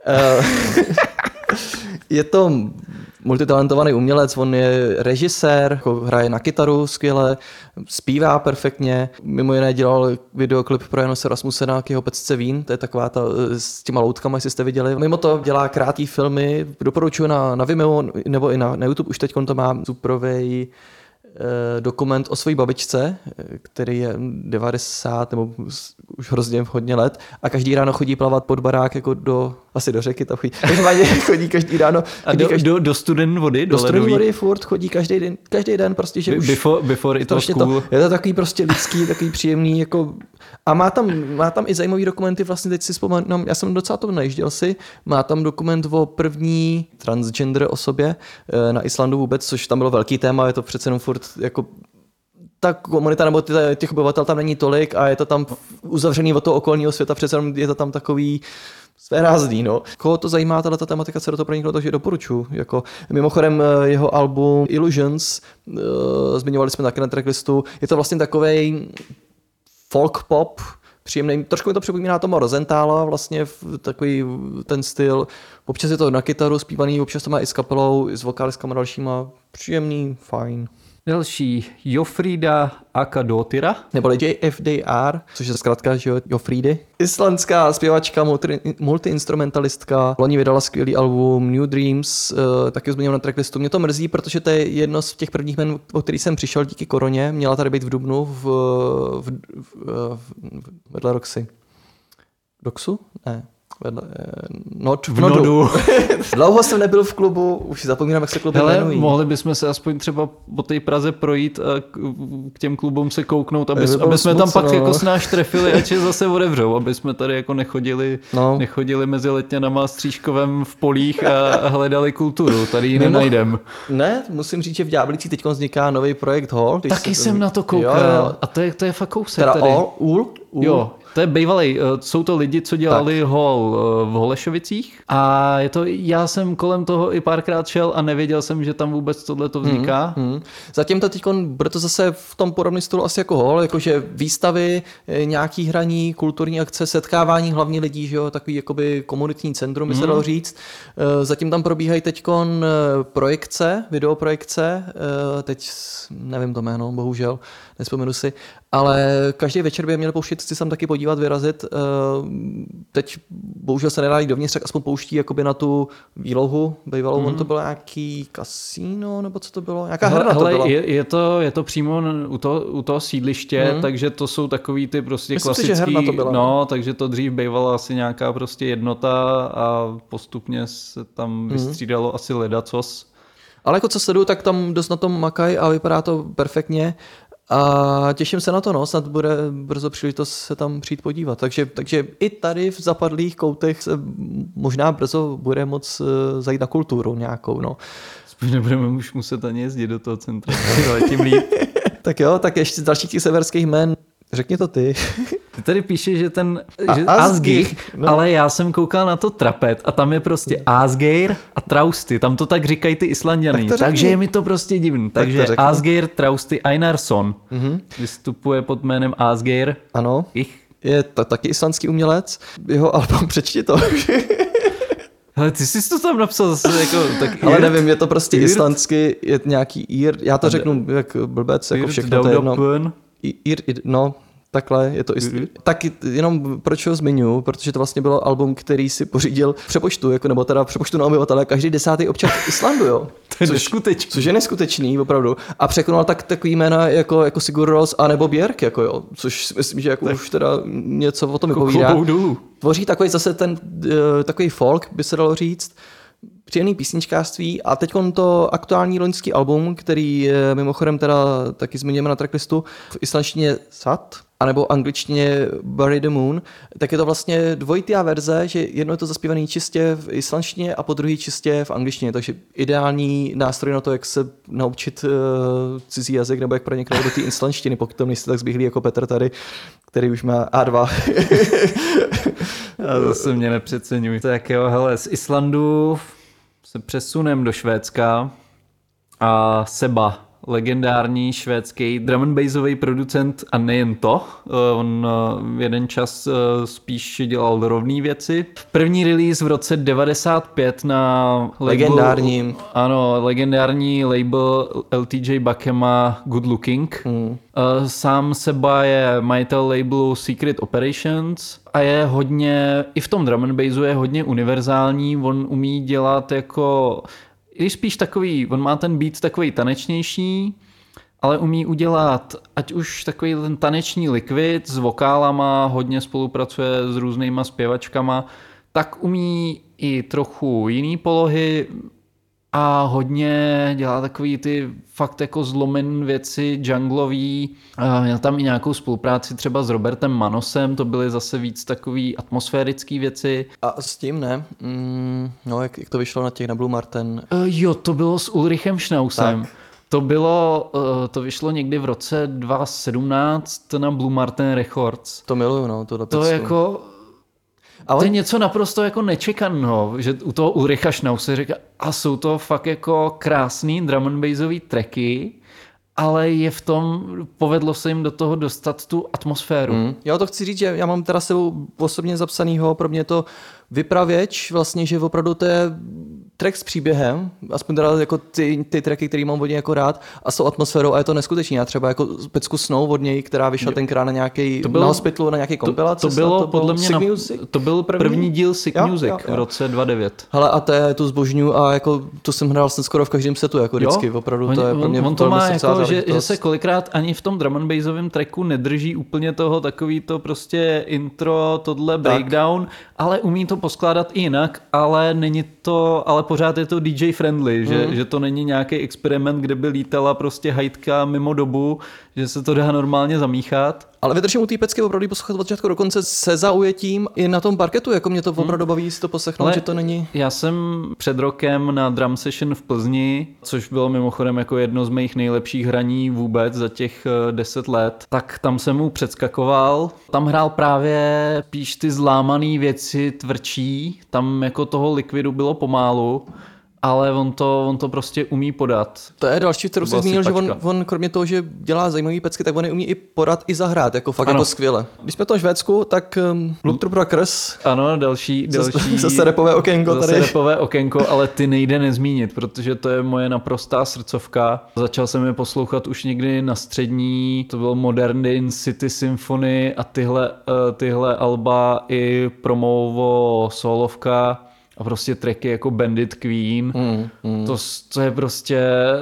Je to multitalentovaný umělec, on je režisér, hraje na kytaru skvěle, zpívá perfektně, mimo jiné dělal videoklip pro Januse Rasmussena k jeho pecce vín, to je taková ta s těma loutkama, jestli jste viděli. Mimo to dělá krátký filmy, doporučuji na Vimeo nebo i na YouTube, už teď to má superový dokument o své babičce, který je 90 nebo už hrozně hodně let a každý ráno chodí plavat pod barák jako do řeky, tam chodí každý ráno. Do studené vody? Do studené vody furt chodí každý den prostě, že už... Before it was cool. Je to takový prostě lidský, takový příjemný, jako... A má tam i zajímavý dokumenty, vlastně teď si vzpomínám, já jsem docela to najížděl si, má tam dokument o první transgender osobě na Islandu vůbec, což tam bylo velký téma, je to přece jenom furt jako ta komunita nebo těch obyvatel tam není tolik a je to tam uzavřený od toho okolního světa, přece jenom je to tam takový svérázný, no. Koho to zajímá, tato tematika se do toho proniklo, takže doporučuji. Jako, mimochodem jeho album Illusions, zmiňovali jsme taky na tracklistu, je to vlastně takovej folk pop, příjemný, trošku mi to připomíná tomu Rosenthala, vlastně takový ten styl. Občas je to na kytaru zpívaný, občas to má i s kapelou, i s vokálistkama dalšíma. Příjemný, fajn. Další Jofrida Akadotyra. Neboli JFDR, což je zkrátka, že jo, Jofridy. Islandská zpěvačka, multiinstrumentalistka. Loni vydala skvělý album New Dreams, taky zmiňuji na tracklistu. Mě to mrzí, protože to je jedno z těch prvních men, o který jsem přišel díky koroně. Měla tady být v dubnu vedle Roxy. Doxu? Ne. v Nodu. Dlouho jsem nebyl v klubu, už zapomínám, jak se kluby jmenují. Mohli bychom se aspoň třeba po té Praze projít a k těm klubům se kouknout, aby jsme tam pak jako s náš trefili, ať je zase otevřou, aby jsme tady jako nechodili mezi Letňanama a Stříškovem v polích a hledali kulturu. Tady ji nenajdem. Ne, musím říct, že v Ďáblicích teď vzniká nový projekt Hall. Taky jsem na to koukal. Jo. A to je fakt kousek teda tady. Jo. To je bývalej, jsou to lidi, co dělali hall v Holešovicích a já jsem kolem toho i párkrát šel a nevěděl jsem, že tam vůbec tohleto vzniká. Zatím to bude to zase v tom podobném stylu asi jako hall, jakože výstavy, nějaký hraní, kulturní akce, setkávání hlavně lidí, že jo, takový jakoby komunitní centrum, by se dalo říct. Zatím tam probíhají teďkon videoprojekce, teď nevím to jméno, bohužel, nespomenu si, ale každý večer by měl pouštět, chci tam taky podívat, vyrazit. Teď bohužel se nedá jít dovnitř, tak aspoň pouští jakoby na tu výlohu bývalou. On to bylo nějaký kasíno, nebo co to bylo? Nějaká herna to byla. Je to přímo u toho sídliště, takže to jsou takový ty prostě myslím klasický. Si, že herna to byla. No, takže to dřív bývala asi nějaká prostě jednota a postupně se tam vystřídalo asi ledacos. Ale jako co sleduju, tak tam dost na tom makají a vypadá to perfektně. A těším se na to, no, snad bude brzo příležitost se tam přijít podívat. Takže i tady v zapadlých koutech se možná brzo bude moc zajít na kulturu nějakou, no. Spíš nebudeme už muset ani jezdit do toho centra, tím líp. Tak jo, tak ještě z dalších těch severských jmen, řekni to ty. Ty tady píšeš, že Asgeir, no. Ale já jsem koukal na to Trapet a tam je prostě Asgeir a Trausty, tam to tak říkají ty Islanďany, takže je mi to prostě divný. Takže Asgeir, Trausty, Einarsson vystupuje pod jménem Asgeir. Ano, je taky islandský umělec, jeho album přečti to. Ale ty jsi to tam napsal zase jako tak ale nevím, je to prostě islandsky, je nějaký ír, já to řeknu jak blbec, jako všechno to je jedno. No, takhle, je to tak jenom proč ho zmiňuji, protože to vlastně bylo album, který si pořídil v přepočtu, jako, nebo teda v přepočtu na obyvatele každý 10. občan Islandu, jo. To je neskutečný. Což je neskutečný, opravdu. A překonal takový jména jako Sigur Rós a nebo Björk, jako jo, což myslím, že jako už teda něco o tom vypovídá. Tvoří takový zase ten takový folk, by se dalo říct, příjemný písničkářství a teď to aktuální loňský album, který mimochodem teda taky zmiňujeme na tracklistu v islandštině Sat, anebo angličtině Bury the Moon, tak je to vlastně dvojitá verze, že jedno je to zaspívaný čistě v islandštině a po druhý čistě v angličtině, takže ideální nástroj na to, jak se naučit cizí jazyk nebo jak proniknout do té islandštiny, pokud tam nejste tak zběhlí jako Petr tady, který už má A2. A zase mě nepřeceňuj. Tak jo, hele, z Islandu se přesunem do Švédska a Seba, legendární švédský drum and bassový producent a nejen to, on jeden čas spíš dělal rovné věci. První release v roce 95 na legendární label LTJ Bakema Good Looking. Sám Seba je majitel labelu Secret Operations a je hodně, i v tom drum and bassu je hodně univerzální, on umí dělat jako i spíš takový, on má ten beat takový tanečnější, ale umí udělat ať už takový ten taneční likvid s vokálama, hodně spolupracuje s různýma zpěvačkama, tak umí i trochu jiný polohy a hodně dělá takový ty fakt jako zlomen věci, junglový. Měl tam i nějakou spolupráci třeba s Robertem Manosem, to byly zase víc takový atmosférický věci. A s tím ne? No, jak to vyšlo na Blue Martin? Jo, to bylo s Ulrichem Schnausem. Tak. To vyšlo někdy v roce 2017 na Blue Martin Records. To miluju, no, to jako... To je něco naprosto jako nečekaného, že u toho Ulricha Schnause říká, a jsou to fakt jako krásný drum and bassový tracky, ale je v tom, povedlo se jim do toho dostat tu atmosféru. Já to chci říct, že já mám teda sebou osobně zapsanýho, pro mě to vypravěč, vlastně, že opravdu to je track s příběhem, aspoň teda jako ty tracky, který mám od něj jako rád, a s tou atmosférou, a je to neskutečný. Já třeba jako pecku Snow od něj, která vyšla tenkrát na nějaký na Hospitalu, na nějaký kompilaci. To bylo podle mě to byl první díl Sick Music v roce 2009. Hele, a to je tu zbožňuju a jako to jsem hrál skoro v každém setu, jako vždycky, opravdu to je pro mě on to má jako, že se kolikrát ani v tom drum and bassovém tracku nedrží úplně toho takový to prostě intro, tohle breakdown, ale umí to poskládat i jinak, ale není to, ale pořád je to DJ friendly, že to není nějaký experiment, kde by lítala prostě hajtka mimo dobu, že se to dá normálně zamíchat. Ale vydržím u té pecky opravdu poslouchat od začátku do konce se zaujetím i na tom parketu, jako mě to opravdu baví si to poslechnout, že to není... Já jsem před rokem na drum session v Plzni, což bylo mimochodem jako jedno z mých nejlepších hraní vůbec za těch 10 let, tak tam jsem mu předskakoval. Tam hrál právě spíš ty zlámané věci tvrdší, tam jako toho likvidu bylo pomálu, ale on to prostě umí podat. To je další, kterou jsi zmínil, že on kromě toho, že dělá zajímavý pecky, tak on je umí i podat, i zahrát, jako fakt jako skvěle. Když jsme v tom Švédsku, tak Luktrubrakers. Ano, další zase rapové okénko tady. Zase rapové okénko, ale ty nejde nezmínit, protože to je moje naprostá srdcovka. Začal jsem je poslouchat už někdy na střední, to bylo Modern Dance, City Symphony a tyhle alba i promovo solovka. A prostě tracky jako Bandit Queen, to je prostě...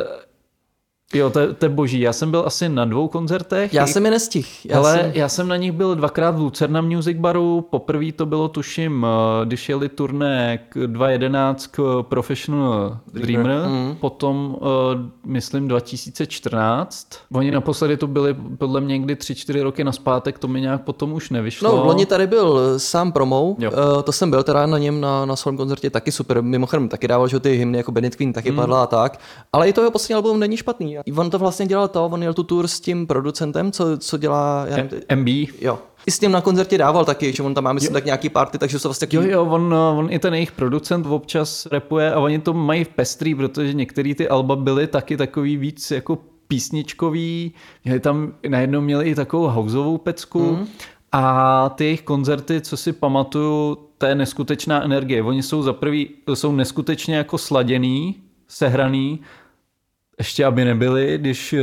Jo, to je boží. Já jsem byl asi na 2 koncertech. Já jsem je nestihl. Já jsem na nich byl 2krát v Lucerna Music Baru. Poprvé to bylo, tuším, když jeli turné 2011 k Professional Dreamer. Potom, myslím, 2014. Oni naposledy to byli podle mě někdy 3-4 roky nazpátek, to mi nějak potom už nevyšlo. No, loni tady byl sám promou, to jsem byl teda na něm na svém koncertě, taky super. Mimochodem taky dával, že ty hymny jako Bandit Queen taky padla a tak. Ale i to jeho poslední album není špatný. On to vlastně dělal on jel tu tour s tím producentem, co dělá... MB. Jo. I s tím na koncertě dával taky, že on tam má, myslím, tak nějaký party, takže to vlastně... Jo, on i ten jejich producent občas rapuje a oni to mají v pestrý, protože některé ty alba byly taky takový víc jako písničkový, najednou měli i takovou houseovou pecku a ty jejich koncerty, co si pamatuju, to je neskutečná energie. Oni jsou neskutečně jako sladěný, sehraný, ještě aby nebyli, když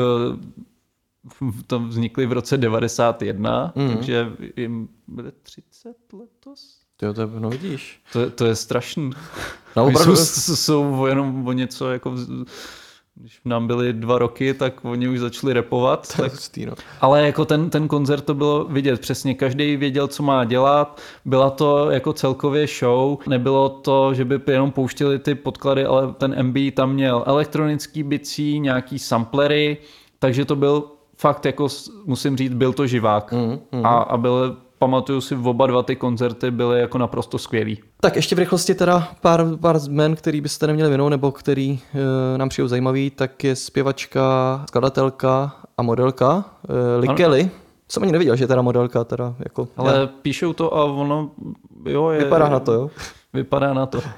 to vznikly v roce 91, takže jim bude 30 letos. Jo, to vidíš. To je strašný. No, opravdu... jsou jenom o něco jako... Když nám byly 2 roky, tak oni už začali rapovat. Tak... Ale jako ten koncert to bylo vidět přesně. Každý věděl, co má dělat. Byla to jako celkově show. Nebylo to, že by jenom pouštěli ty podklady, ale ten MB tam měl elektronický bicí, nějaký samplery, takže to byl fakt jako, musím říct, byl to živák. A byl... Pamatuju si, oba 2 ty koncerty byly jako naprosto skvělý. Tak ještě v rychlosti teda pár jmen, který byste neměli vinou, nebo který nám přijou zajímavý, tak je zpěvačka, skladatelka a modelka Likely. Jsem ani neviděl, že je teda modelka. Teda jako, ale píšou to a ono... Jo, vypadá na to, jo? Vypadá na to.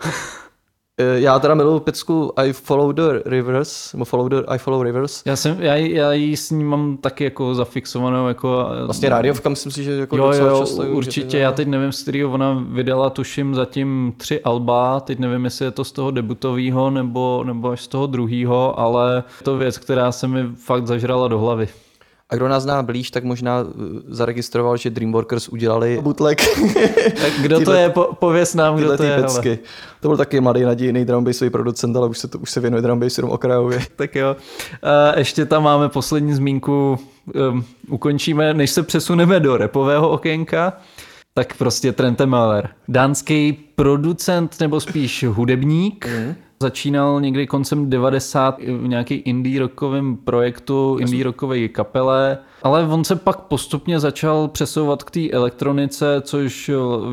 Já teda miluji pecku I Follow the Rivers, nebo I Follow Rivers. Já ji s ní mám taky jako zafixovanou. Jako, vlastně rádiovka, myslím si, že jako docela často... Určitě, já teď nevím, z kterého ona vydala, tuším zatím 3 alba, teď nevím, jestli je to z toho debutového nebo až z toho druhého, ale to věc, která se mi fakt zažrala do hlavy. A kdo nás zná blíž, tak možná zaregistroval, že Dreamworkers udělali bootleg. Tak kdo to je? Pověz nám, kdo to je. Pecky. To byl taky mladý nadějný drumbassový producent, ale už se věnuje drumbassu jenom okrajově. Tak jo. Ještě tam máme poslední zmínku. Ukončíme, než se přesuneme do rapového okénka. Tak prostě Trente Miller. Dánský producent, nebo spíš hudebník. Začínal někdy koncem 90 v nějaký indie rockovém projektu, indie rockové kapele, ale on se pak postupně začal přesouvat k té elektronice, což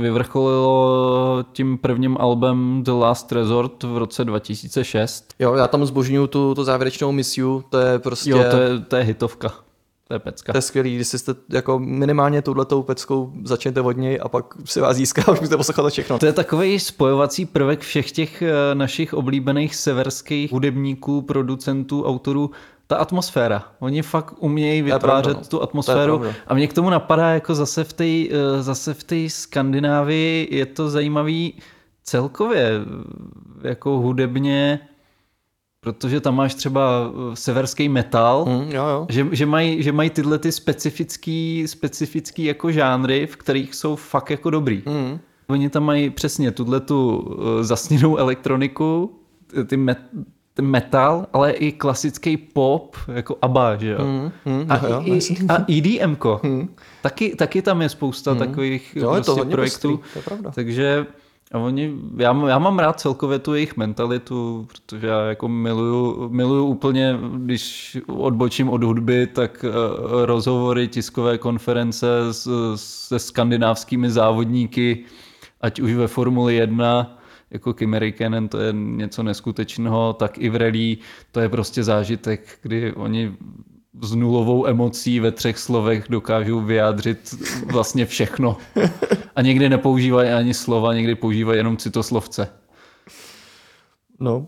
vyvrcholilo tím prvním albem The Last Resort v roce 2006. Jo, já tam zbožňuju tu závěrečnou Miss You, to je prostě... Jo, to je hitovka. To je pecka. To je skvělý, když jste jako minimálně touhletou peckou začnete od něj a pak si vás získá a už musíte poslouchat všechno. To je takový spojovací prvek všech těch našich oblíbených severských hudebníků, producentů, autorů, ta atmosféra. Oni fakt umějí vytvářet tu atmosféru a mě k tomu napadá jako zase v té Skandinávii je to zajímavý, celkově jako hudebně, protože tam máš třeba severský metal, Jo. že mají tyhle ty specifický jako žánry, v kterých jsou fakt jako dobrý. Oni tam mají přesně tu zasněnou elektroniku, ten metal, ale i klasický pop, jako ABBA, že jo? A EDM-ko. Taky tam je spousta takových prostě projektů. To je pravda. Takže já mám rád celkově tu jejich mentalitu, protože já jako miluju úplně, když odbočím od hudby, tak rozhovory, tiskové konference se skandinávskými závodníky, ať už ve Formuli 1, jako Kimi Räikkönen, to je něco neskutečného, tak i v rally to je prostě zážitek, kdy oni s nulovou emocí ve 3 slovech dokážou vyjádřit vlastně všechno. A někdy nepoužívají ani slova, někdy používají jenom citoslovce. No.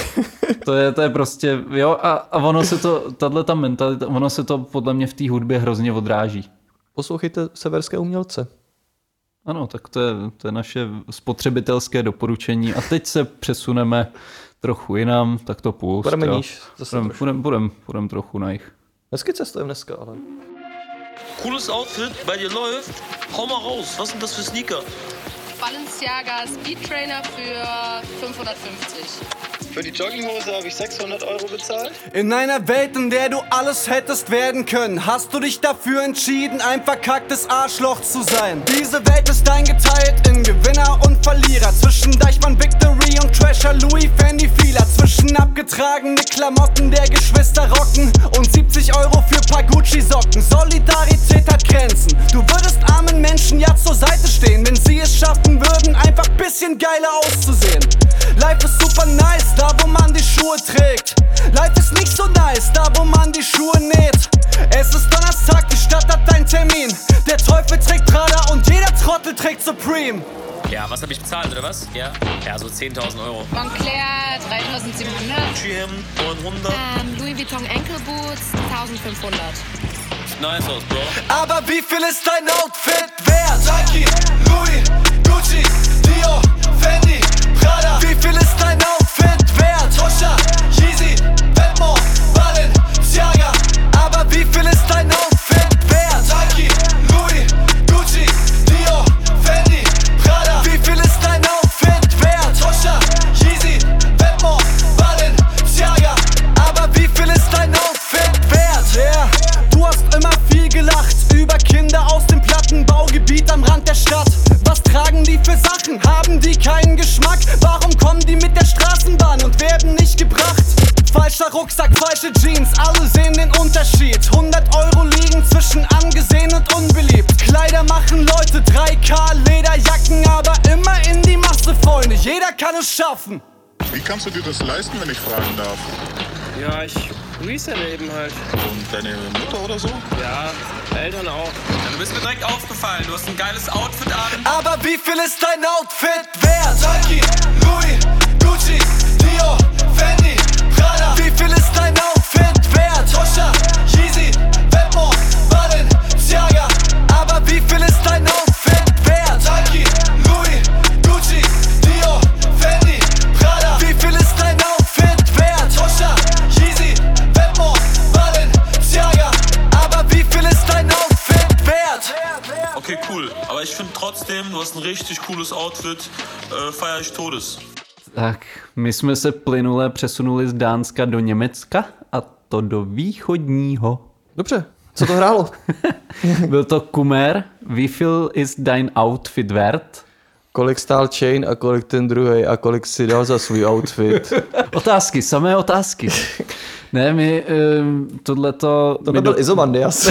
To je prostě, jo, a ono se to, tato mentalita, ono se to podle mě v té hudbě hrozně odráží. Poslouchejte severské umělce. Ano, tak to je naše spotřebitelské doporučení. A teď se přesuneme trochu jinam, tak to pust. Budeme níž. Půjdem trochu na jich. Hezky cestujeme dneska, ale... Cooles Outfit, bei dir läuft. Hau mal raus, was sind das für Sneaker? Balenciaga Speed Trainer für 550. Für die Jogginghose habe ich 600 € bezahlt. In einer Welt, in der du alles hättest werden können, hast du dich dafür entschieden, ein verkacktes Arschloch zu sein. Diese Welt ist eingeteilt in Gewinner und Verlierer, zwischen Deichmann Victory und Trasher Louis Fendi Fila, zwischen abgetragene Klamotten der Geschwister rocken und 70 € für paar Gucci Socken. Solidarität hat Grenzen. Du würdest armen Menschen ja zur Seite stehen, wenn sie es schaffen würden, einfach bisschen geiler auszusehen. Life ist super nice, da wo man die Schuhe trägt. Life ist nicht so nice, da wo man die Schuhe näht. Es ist Donnerstag, die Stadt hat einen Termin. Der Teufel trägt Prada und jeder Trottel trägt Supreme. Ja, was habe ich bezahlt, oder was? Ja, so 10.000 €. Moncler 3.700. Gucci-Hemd 900. Louis Vuitton Enkelboots 1.500. Sieht nice aus, Bro. Aber wie viel ist dein Outfit wert? Nike, Louis, Gucci, Dior, Fendi, Prada. Wie viel ist dein Outfit wert? Tosha, Yeezy, Vetements, Balenciaga. Aber wie viel ist dein Outfit wert? Nike, Louis, Gucci, Dior, Fendi, Prada. Wie viel ist dein Outfit wert? Tosha, Yeezy, Vetements, Balenciaga. Aber wie viel ist dein Outfit wert? Yeah. Du hast immer viel gelacht über Kinder aus dem Plattenbaugebiet am Rand der Stadt. Was tragen die für Sachen? Haben die keinen Geschmack? Warum kommen die mit der Straßenbahn und werden nicht gebracht? Falscher Rucksack, falsche Jeans, alle sehen den Unterschied. 100 € liegen zwischen angesehen und unbeliebt. Kleider machen Leute, 3K Lederjacken, aber immer in die Masse, Freunde, jeder kann es schaffen. Wie kannst du dir das leisten, wenn ich fragen darf? Ja, ich reselle eben halt. Und deine Mutter oder so? Ja, Eltern auch. Ja, du bist mir direkt aufgefallen. Du hast ein geiles Outfit an. Aber wie viel ist dein Outfit wert? Nike, Louis, Gucci, Dior, Fendi, Prada. Wie viel ist dein Outfit wert? Tosha, Yeezy, Vetements, Balenciaga. Aber wie viel ist dein Outfit wert? Nike, Louis, Gucci, Dior, Fendi, Prada. Wie viel ist dein Outfit wert? Tosha, Yeezy, Vetements, Balenciaga. Aber wie viel ist dein Outfit wert? Okay, cool. Aber ich finde trotzdem, du hast ein richtig cooles Outfit. Feier ich Todes. Tak, my jsme se plynule přesunuli z Dánska do Německa a to do východního. Dobře, co to hrálo? Byl to Kumer, wie viel ist dein Outfit wert? Kolik stál chain a kolik ten druhý a kolik si dal za svůj outfit? Otázky, samé otázky. Ne, my tohleto... To nebyl Izomandias.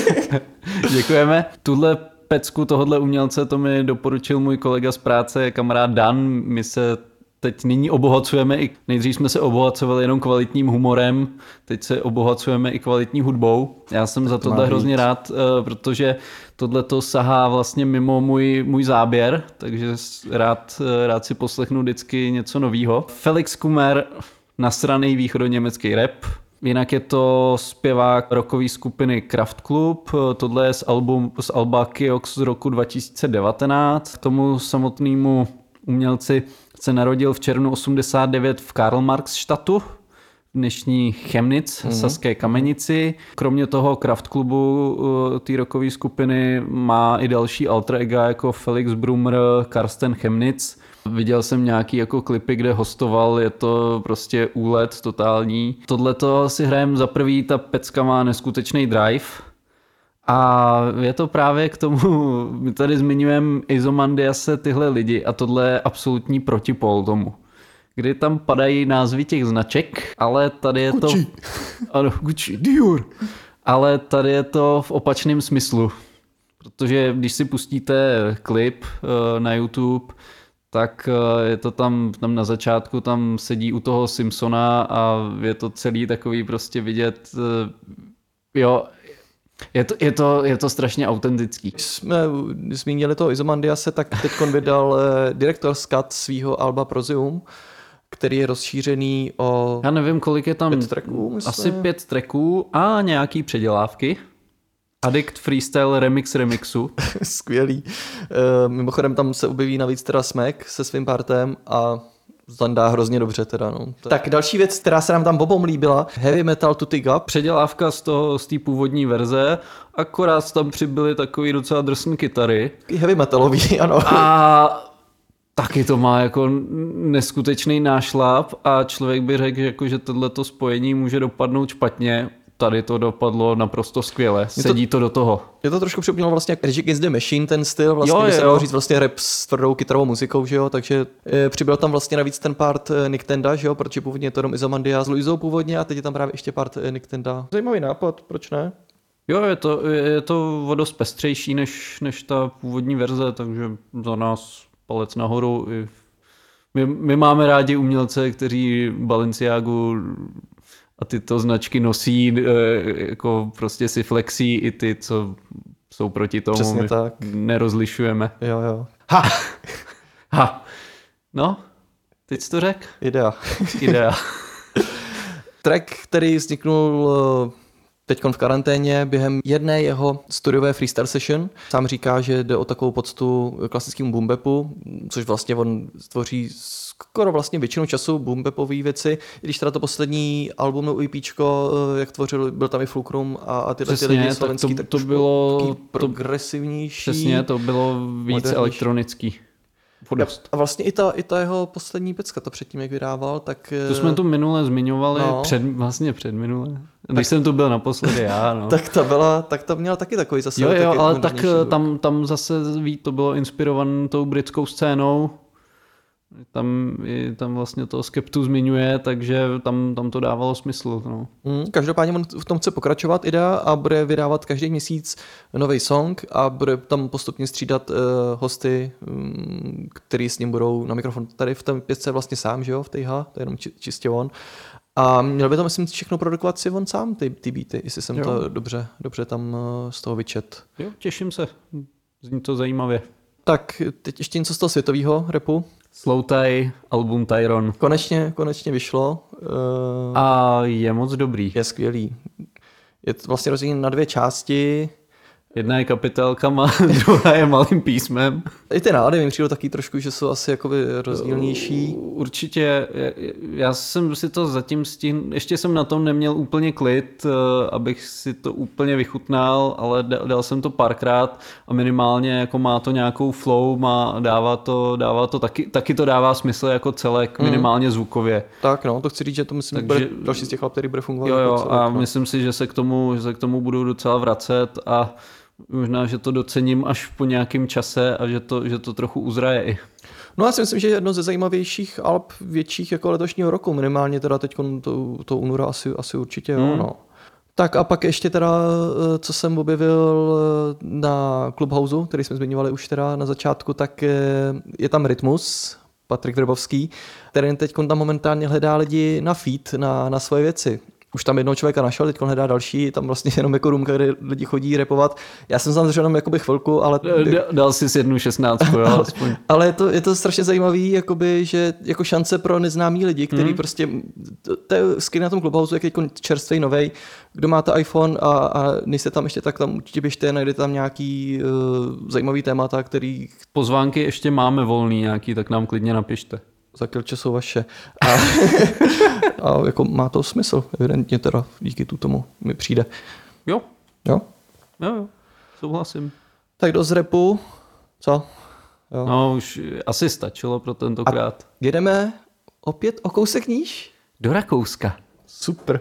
Děkujeme. Tuhle pecku tohodle umělce to mi doporučil můj kolega z práce, kamarád Dan. My se teď nyní obohacujeme, nejdřív jsme se obohacovali jenom kvalitním humorem, teď se obohacujeme i kvalitní hudbou. Já jsem za tohle hrozně rád, protože tohleto sahá vlastně mimo můj záběr, takže rád si poslechnu vždycky něco novýho. Felix Kummer, nasraný východoněmecký rap. Jinak je to zpěvák rockové skupiny Kraftklub, tohle je z alba Kiox z roku 2019. K tomu samotnému umělci se narodil v červnu 89 v Karl-Marx-Stadtu, dnešní Chemnitz, Saské Kamenici. Kromě toho Kraft klubu té rockové skupiny má i další alter ega jako Felix Brummer, Karsten Chemnitz. Viděl jsem nějaký jako klipy, kde hostoval, je to prostě úlet totální. Tohleto si hrajeme za prvý, ta pecka má neskutečný drive. A je to právě k tomu, my tady zmiňujeme Izomandiase, tyhle lidi, a tohle je absolutní protipol tomu. Kdy tam padají názvy těch značek, ale tady je Gucci. to... Ano, Gucci, Dior. Ale tady je to v opačném smyslu. Protože když si pustíte klip na YouTube, tak je to tam na začátku, tam sedí u toho Simpsona a je to celý takový prostě vidět, jo, je to strašně autentický. Když jsme zmínili toho Izomandiase, tak teď vydal Director's Cut svýho alba Prozium, který je rozšířený o... Já nevím, kolik je tam. 5 tracků, myslím. Asi 5 tracků a nějaký předělávky. Addict Freestyle Remix remixu. Skvělý. Mimochodem tam se objeví navíc teda Smek se svým partem a zdá hrozně dobře teda. No. Tak další věc, která se nám tam obom líbila, Heavy Metal to Dig Up. Předělávka z té původní verze, akorát tam přibyly takový docela drsný kytary. Heavy metalový, ano. A taky to má jako neskutečný nášlap a člověk by řekl, jako, že tohleto spojení může dopadnout špatně. Tady to dopadlo naprosto skvěle. Sedí to do toho. Je to trošku připomínalo vlastně Rage Against the Machine, ten styl, vlastně by se dalo říct vlastně rap s tvrdou kytarovou muzikou, že jo, takže přibyl tam vlastně navíc ten part Nick Tenda, že jo, protože původně je to jenom Izomandia s Luizou původně a teď je tam právě ještě part Nick Tenda. Zajímavý nápad, proč ne? Jo, je to o dost pestřejší než ta původní verze, takže za nás palec nahoru. My máme rádi umělce, kteří Balenciagu a tyto značky nosí, jako prostě si flexí i ty, co jsou proti tomu. Přesně my tak. Nerozlišujeme. Jo. Ha! No, teď jsi to řekl? Idea. Track, který vzniknul teďkon v karanténě během jedné jeho studiové freestyle session. Sám říká, že jde o takovou poctu klasickému boom bapu, což vlastně on tvoří skoro vlastně většinu času boom bapové věci, i když teda to poslední album nebo EPčko, jak tvořil, byl tam i Fulcrum a tyhle ty lidi slovenský, tak to bylo progresivnější. Přesně, to bylo víc modernější. Elektronický. A vlastně i ta jeho poslední pecka, to předtím, jak vydával, tak... To jsme tu minule zmiňovali, před minule. Když jsem tu byl naposledy já, no. tak ta měla taky takový zase... Jo, ale tak tam zase to bylo inspirované tou britskou scénou. Tam vlastně to Skeptu zmiňuje, takže tam to dávalo smysl. No. Každopádně on v tom chce pokračovat Idea a bude vydávat každý měsíc nový song a bude tam postupně střídat hosty, který s ním budou na mikrofon. Tady v té pěsce vlastně sám, že jo, v téhle, to je jenom čistě on. A měl by to, myslím, všechno produkovat si on sám, ty beaty, jestli jsem to dobře tam z toho vyčet. Jo, těším se. Zní to zajímavě. Tak teď ještě něco z toho světového rapu. Slowthai, album Tyron. Konečně vyšlo. A je moc dobrý. Je skvělý. Je to vlastně rozdělený na 2 části. Jedna je kapitelkama, druhá je malým písmem. I ty nálady mi přijdou taky trošku, že jsou asi jakoby rozdílnější. Určitě. Já jsem si to zatím ještě jsem na tom neměl úplně klid, abych si to úplně vychutnal, ale dal jsem to párkrát a minimálně jako má to nějakou flow, dává to taky to dává smysl jako celek, minimálně zvukově. Tak no, to chci říct, že to myslím, bude další z těch chlap, který bude fungovat. Jo, celek, a myslím si, že se k tomu budu docela vracet a možná, že to docením až po nějakém čase a že to trochu uzraje i. No já si myslím, že je jedno ze zajímavějších alb větších jako letošního roku, minimálně teda teď to února asi určitě jo, no. Tak a pak ještě teda, co jsem objevil na Clubhouse, který jsme zmiňovali už teda na začátku, tak je tam Rytmus, Patrik Vrbovský, který teď tam momentálně hledá lidi na feed, na svoje věci. už tam jednoho člověka našel, teď hledá další, tam vlastně jenom jako roomka, kde lidi chodí rapovat. Já jsem tam jenom jakoby chvilku, ale... Dal jsi jednu 16, jo, aspoň. Ale je to strašně zajímavý, jakoby, že jako šance pro neznámý lidi, který prostě, to je skvělé na tom Clubhouse, jak je čerstvý, novej, kdo máte iPhone a nejste tam ještě, tak tam určitě běžte, najdete tam nějaký zajímavý témata, který... Pozvánky ještě máme volný nějaký, tak nám klidně napište. Za chvíli jsou vaše. A jako má to smysl, evidentně teda díky tomu mi přijde. Jo. Jo? Jo, souhlasím. Tak dost rapu, co? Jo. No už asi stačilo pro tentokrát. A jedeme opět o kousek níž? Do Rakouska. Super.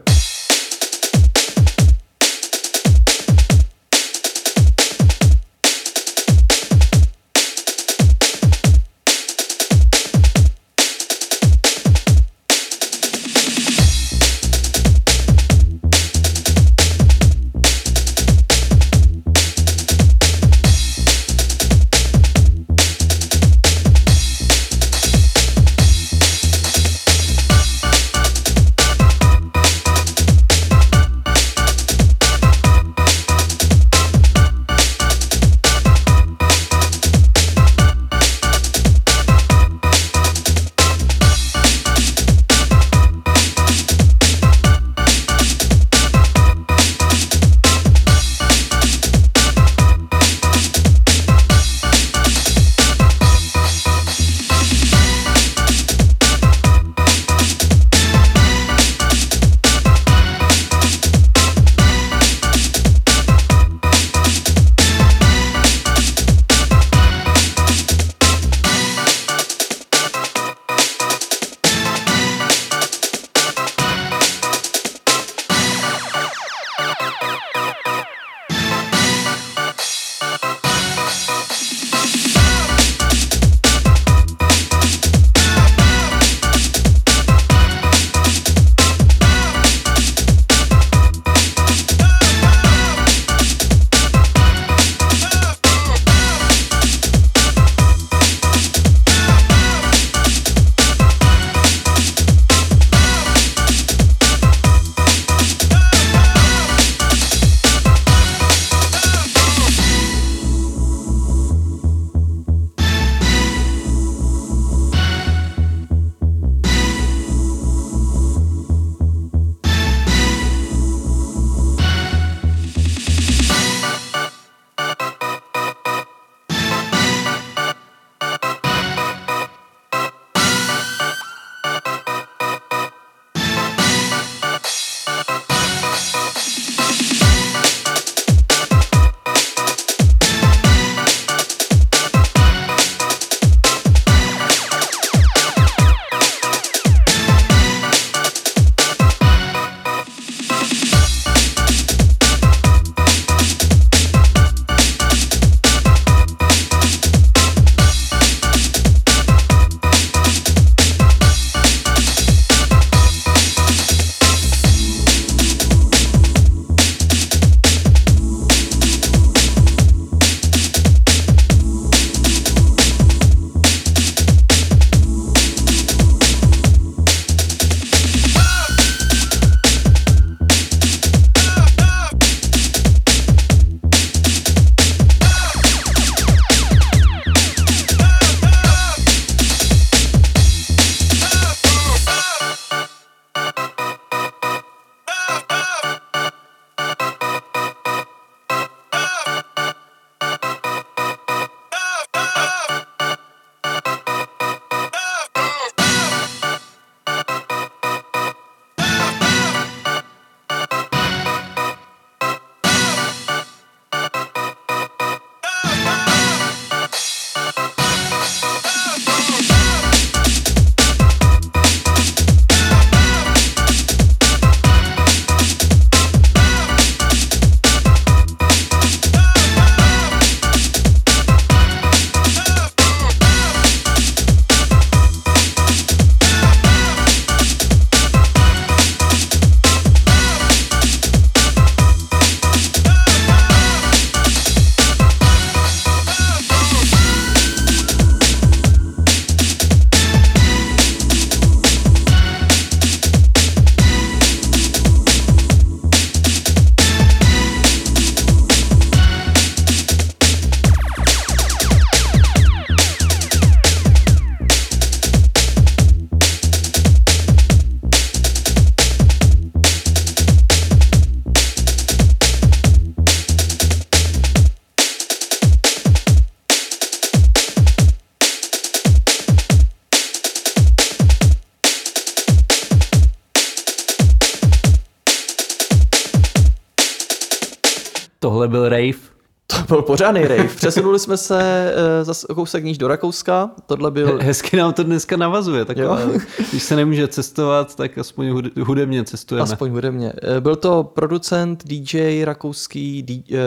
Tohle byl rave. To byl pořádný rave. Přesunuli jsme se zase o kousek níž do Rakouska. Tohle byl... Hezky nám to dneska navazuje. Když se nemůže cestovat, tak aspoň hudebně cestujeme. Aspoň hudebně. Byl to producent DJ rakouský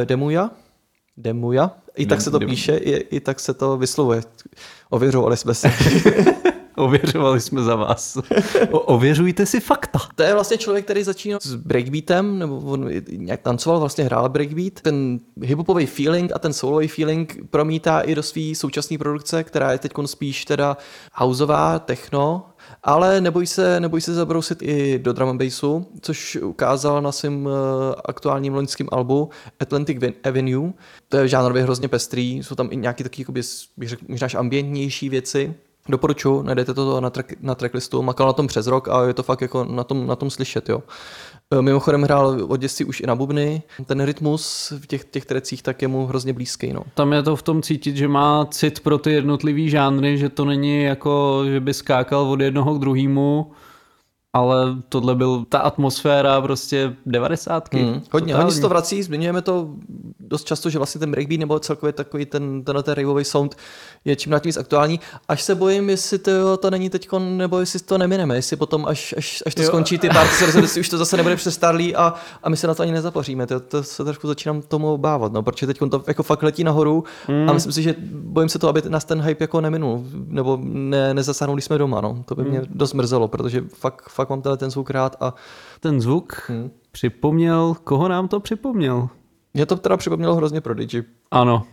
Demuja. I tak se to píše, i tak se to vyslovuje. Ověřovali jsme si. Ověřovali jsme za vás. Ověřujte si fakta. To je vlastně člověk, který začínal s breakbeatem, nebo on nějak tancoval, vlastně hrál breakbeat. Ten hiphopový feeling a ten soulový feeling promítá i do své současné produkce, která je teď spíš teda houseová, techno, ale nebojí se zabrousit i do drum and bassu, což ukázal na svém aktuálním loňském albu Atlantic Avenue. To je žánrově hrozně pestrý, jsou tam i nějaké taky, bych řekl, možná až ambientnější věci. Doporučuji, najdete to na tracklistu, makal na tom přes rok a je to fakt jako na tom slyšet, jo. Mimochodem hrál od dětství už i na bubny, ten rytmus v těch trecích tak je mu hrozně blízký, no. Tam je to v tom cítit, že má cit pro ty jednotlivý žánry, že to není jako, že by skákal od jednoho k druhému, ale tohle byl ta atmosféra prostě 90. Hodně se to vrací, zmiňujeme to dost často, že vlastně ten breakbeat nebo celkově takový ten raveový sound je čím dál tím víc aktuální. Až se bojím, jestli to není teďko, nebo jestli to nemineme, jestli potom až to skončí ty party se rozhodne, už to zase nebude přestárlý a my se na to ani nezapaříme. To se trošku začínám tomu obávat, no, protože teď to jako fakt letí nahoru a myslím si, že bojím se to, aby nás ten hype jako neminul, nebo nezasáhnul, když jsme doma, no. To by mě dost mrzelo, protože fakt mám ten zvuk rád a ten zvuk připomněl, koho nám to připomněl? Mě to teda připomnělo hrozně Prodigy. Ano.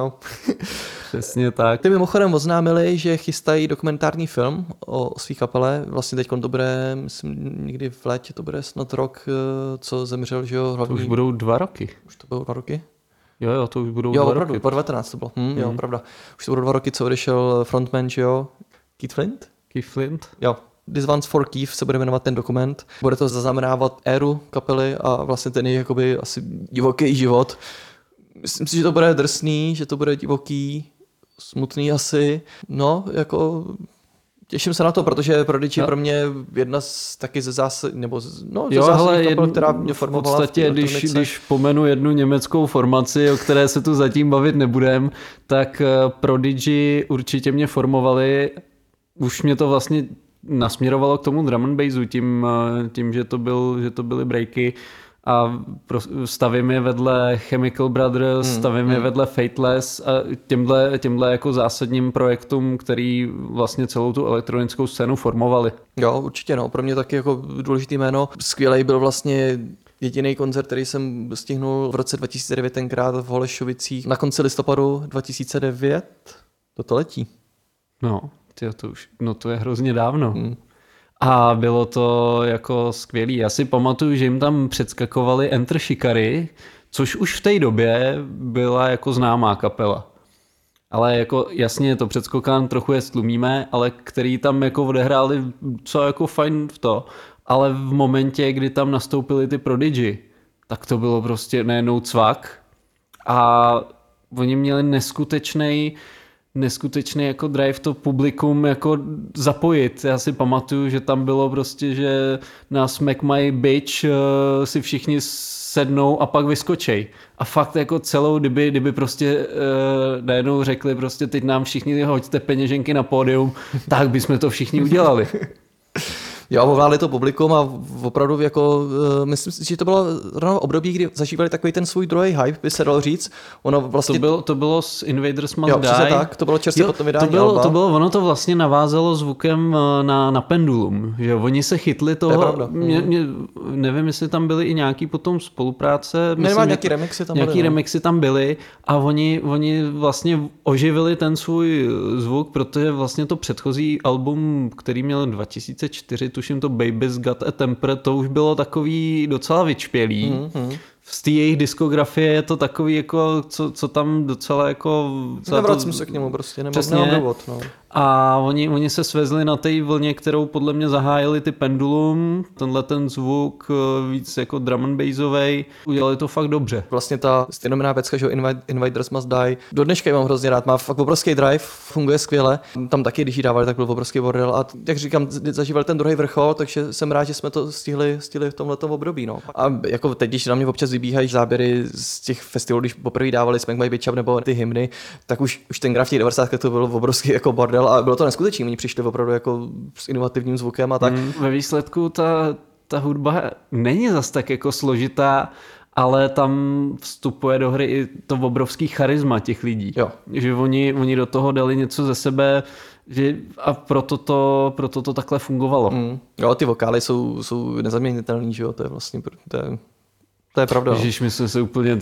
Přesně tak. Ty mimochodem oznámili, že chystají dokumentární film o svý kapele. Vlastně teď to bude, myslím, někdy v létě, to bude snad rok, co zemřel, že jo? Hlavní... To už budou 2 roky. Už to budou 2 roky? Jo, to už budou 2 roky. Jo, 2019 to bylo. Jo, pravda. Už to budou 2 roky, co odešel frontman, že jo? Keith Flint? Jo. This One's for Keith se bude jmenovat ten dokument. Bude to zaznamenávat éru kapely a vlastně ten je jakoby asi divoký život. Myslím si, že to bude drsný, že to bude divoký, smutný asi. No, jako těším se na to, protože Prodigy je pro mě jedna z taky ze zásadních, nebo kapel, která mě formovala. V podstatě, když pomenu jednu německou formaci, o které se tu zatím bavit nebudem, tak Prodigy určitě mě formovali. Už mě to vlastně nasměrovalo k tomu drum and bassu tím, že to byly breaky a stavím je vedle Chemical Brothers, stavím je vedle Fateless a těmhle jako zásadním projektům, který vlastně celou tu elektronickou scénu formovali. Jo, určitě, no, pro mě taky jako důležitý jméno. Skvělej byl vlastně jediný koncert, který jsem stihnul v roce 2009 tenkrát v Holešovicích na konci listopadu 2009. To letí. No, to je hrozně dávno. A bylo to jako skvělý. Já si pamatuju, že jim tam předskakovali Enter Shikari, což už v té době byla jako známá kapela. Ale jako jasně to předskokán trochu je stlumíme, ale který tam jako odehráli co jako fajn v to. Ale v momentě, kdy tam nastoupili ty Prodigy, tak to bylo prostě najednou cvak. A oni měli neskutečný jako drive to publikum jako zapojit. Já si pamatuju, že tam bylo prostě, že na Smack My Bitch si všichni sednou a pak vyskočej. A fakt jako celou, kdyby prostě najednou řekli prostě teď nám všichni hoďte peněženky na pódium, tak bychom to všichni udělali. Jo, ovládli to publikum a opravdu jako, myslím si, že to bylo období, kdy zažívali takový ten svůj druhý hype, by se dalo říct. Ono vlastně... To bylo s Invaders Must Die. Jo, tak, to bylo čerstvě potom vydání alba. Ono to vlastně navázalo zvukem na Pendulum, že oni se chytli toho. To je pravda. Nevím, jestli tam byly i nějaký potom spolupráce. Nějaký remixy tam byly. Nějaký remixy tam byly a oni vlastně oživili ten svůj zvuk, protože vlastně to předchozí album, který měl 2004, tuším to Baby's Got a Temper, to už bylo takový docela vyčpělý. Z té jejich diskografie je to takový jako, co tam docela jako... Nevracím se k němu prostě, nemám důvod. No. A oni se svezli na té vlně, kterou podle mě zahájili ty Pendulum, tenhle ten zvuk víc jako drum and bassovej, udělali to fakt dobře. Vlastně ta stejnomenná pecka, že Invaders Must Die, do dneška ji mám hrozně rád, má fakt obrovský drive, funguje skvěle. Tam taky, když ji dávali, tak byl obrovský bordel a jak říkám, zažívali ten druhý vrchol, takže jsem rád, že jsme to stihli v tomhletom období. No. A jako teď, když na mě občas vybíhají záběry z těch festivalů, když poprvé dávali Smack My Bitch Up nebo ty hymny, tak už ten graf v těch 90. to byl obrovský jako bordel a bylo to neskutečné. Oni přišli opravdu jako s inovativním zvukem a tak. Ve výsledku ta hudba není zas tak jako složitá, ale tam vstupuje do hry i to obrovský charisma těch lidí. Jo. Že oni do toho dali něco ze sebe, a proto to takhle fungovalo. Jo, ty vokály jsou nezaměnitelný, že jo, to je vlastně, to je pravda. Ježiš, my jsme se úplně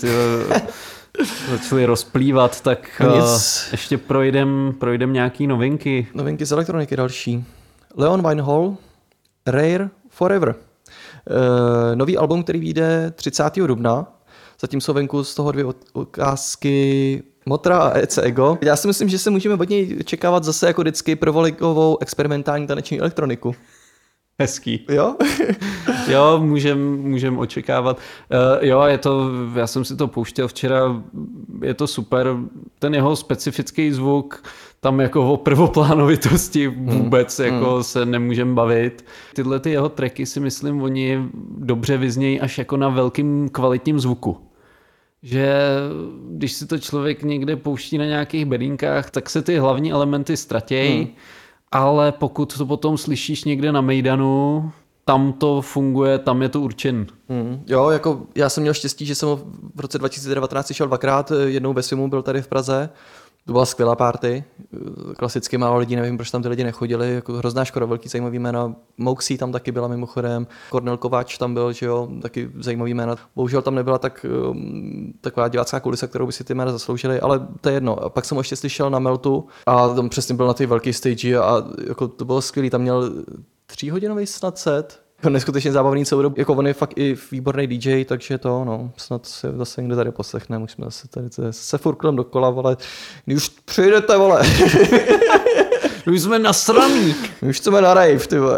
začali rozplývat, tak ještě projdem nějaký novinky. Novinky z elektroniky další. Leon Vynehall, Rare Forever. Nový album, který vyjde 30. dubna. Zatím jsou venku z toho 2 ukázky Motra a EC Ego. Já si myslím, že se můžeme od něj čekávat zase jako vždycky prvoligovou experimentální taneční elektroniku. Hezký. Jo? Jo, můžem očekávat. Jo, já jsem si to pouštěl včera, je to super. Ten jeho specifický zvuk, tam jako o prvoplánovitosti vůbec jako se nemůžem bavit. Tyhle ty jeho tracky si myslím, oni dobře vyznějí až jako na velkým kvalitním zvuku. Že když si to člověk někde pouští na nějakých bedínkách, tak se ty hlavní elementy ztratějí, ale pokud to potom slyšíš někde na mejdanu, tam to funguje, tam je to určen. Jo, jako já jsem měl štěstí, že jsem v roce 2019 šel 2krát, jednou ve Svimu, byl tady v Praze. To byla skvělá party, klasicky málo lidí, nevím, proč tam ty lidi nechodili, jako hrozná škoda, velký zajímavý jména. Moxie tam taky byla mimochodem, Kornel Kováč tam byl, že jo, taky zajímavý jména. Bohužel tam nebyla taková divácká kulisa, kterou by si ty jména zasloužili, ale to je jedno. A pak jsem ještě slyšel na Meltu a tam přesně byl na té velké stage a jako to bylo skvělý, tam měl 3hodinový snad set. Neskutečně zábavný celou dobu, jako on je fakt i výborný DJ, takže to, no, snad se zase někdo tady poslechne, musíme zase tady se furklem dokola, ale když už přijdete, vole. Už jsme nasraný. Už jsme na rave, ty vole.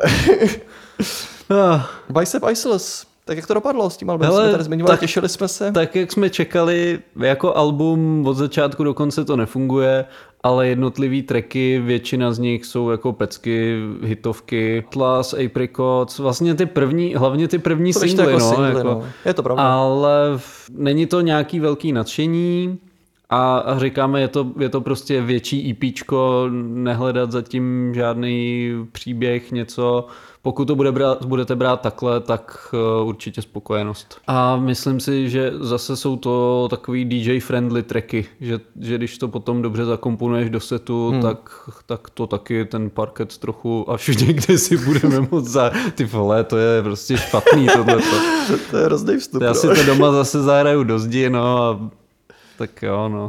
Bicep Iceless. Tak jak to dopadlo s tím albumem? Jsme tady zmiňovali, těšili jsme se. Tak jak jsme čekali, jako album od začátku do konce to nefunguje, ale jednotlivý tracky, většina z nich jsou jako pecky, hitovky, Atlas, Apricots, vlastně hlavně ty první singly, jako singly, no. Je to pravda. Ale není to nějaký velký nadšení a říkáme, je to prostě větší EPčko, nehledat zatím žádný příběh, něco. Pokud to budete brát takhle, tak určitě spokojenost. A myslím si, že zase jsou to takový DJ-friendly tracky, že když to potom dobře zakomponuješ do setu, tak to taky ten parket trochu, až někde si budeme moc ty vole, to je prostě špatný tohleto. To je hrozný vstup. Já si to doma zase zahraju do zdi, no a tak jo, no.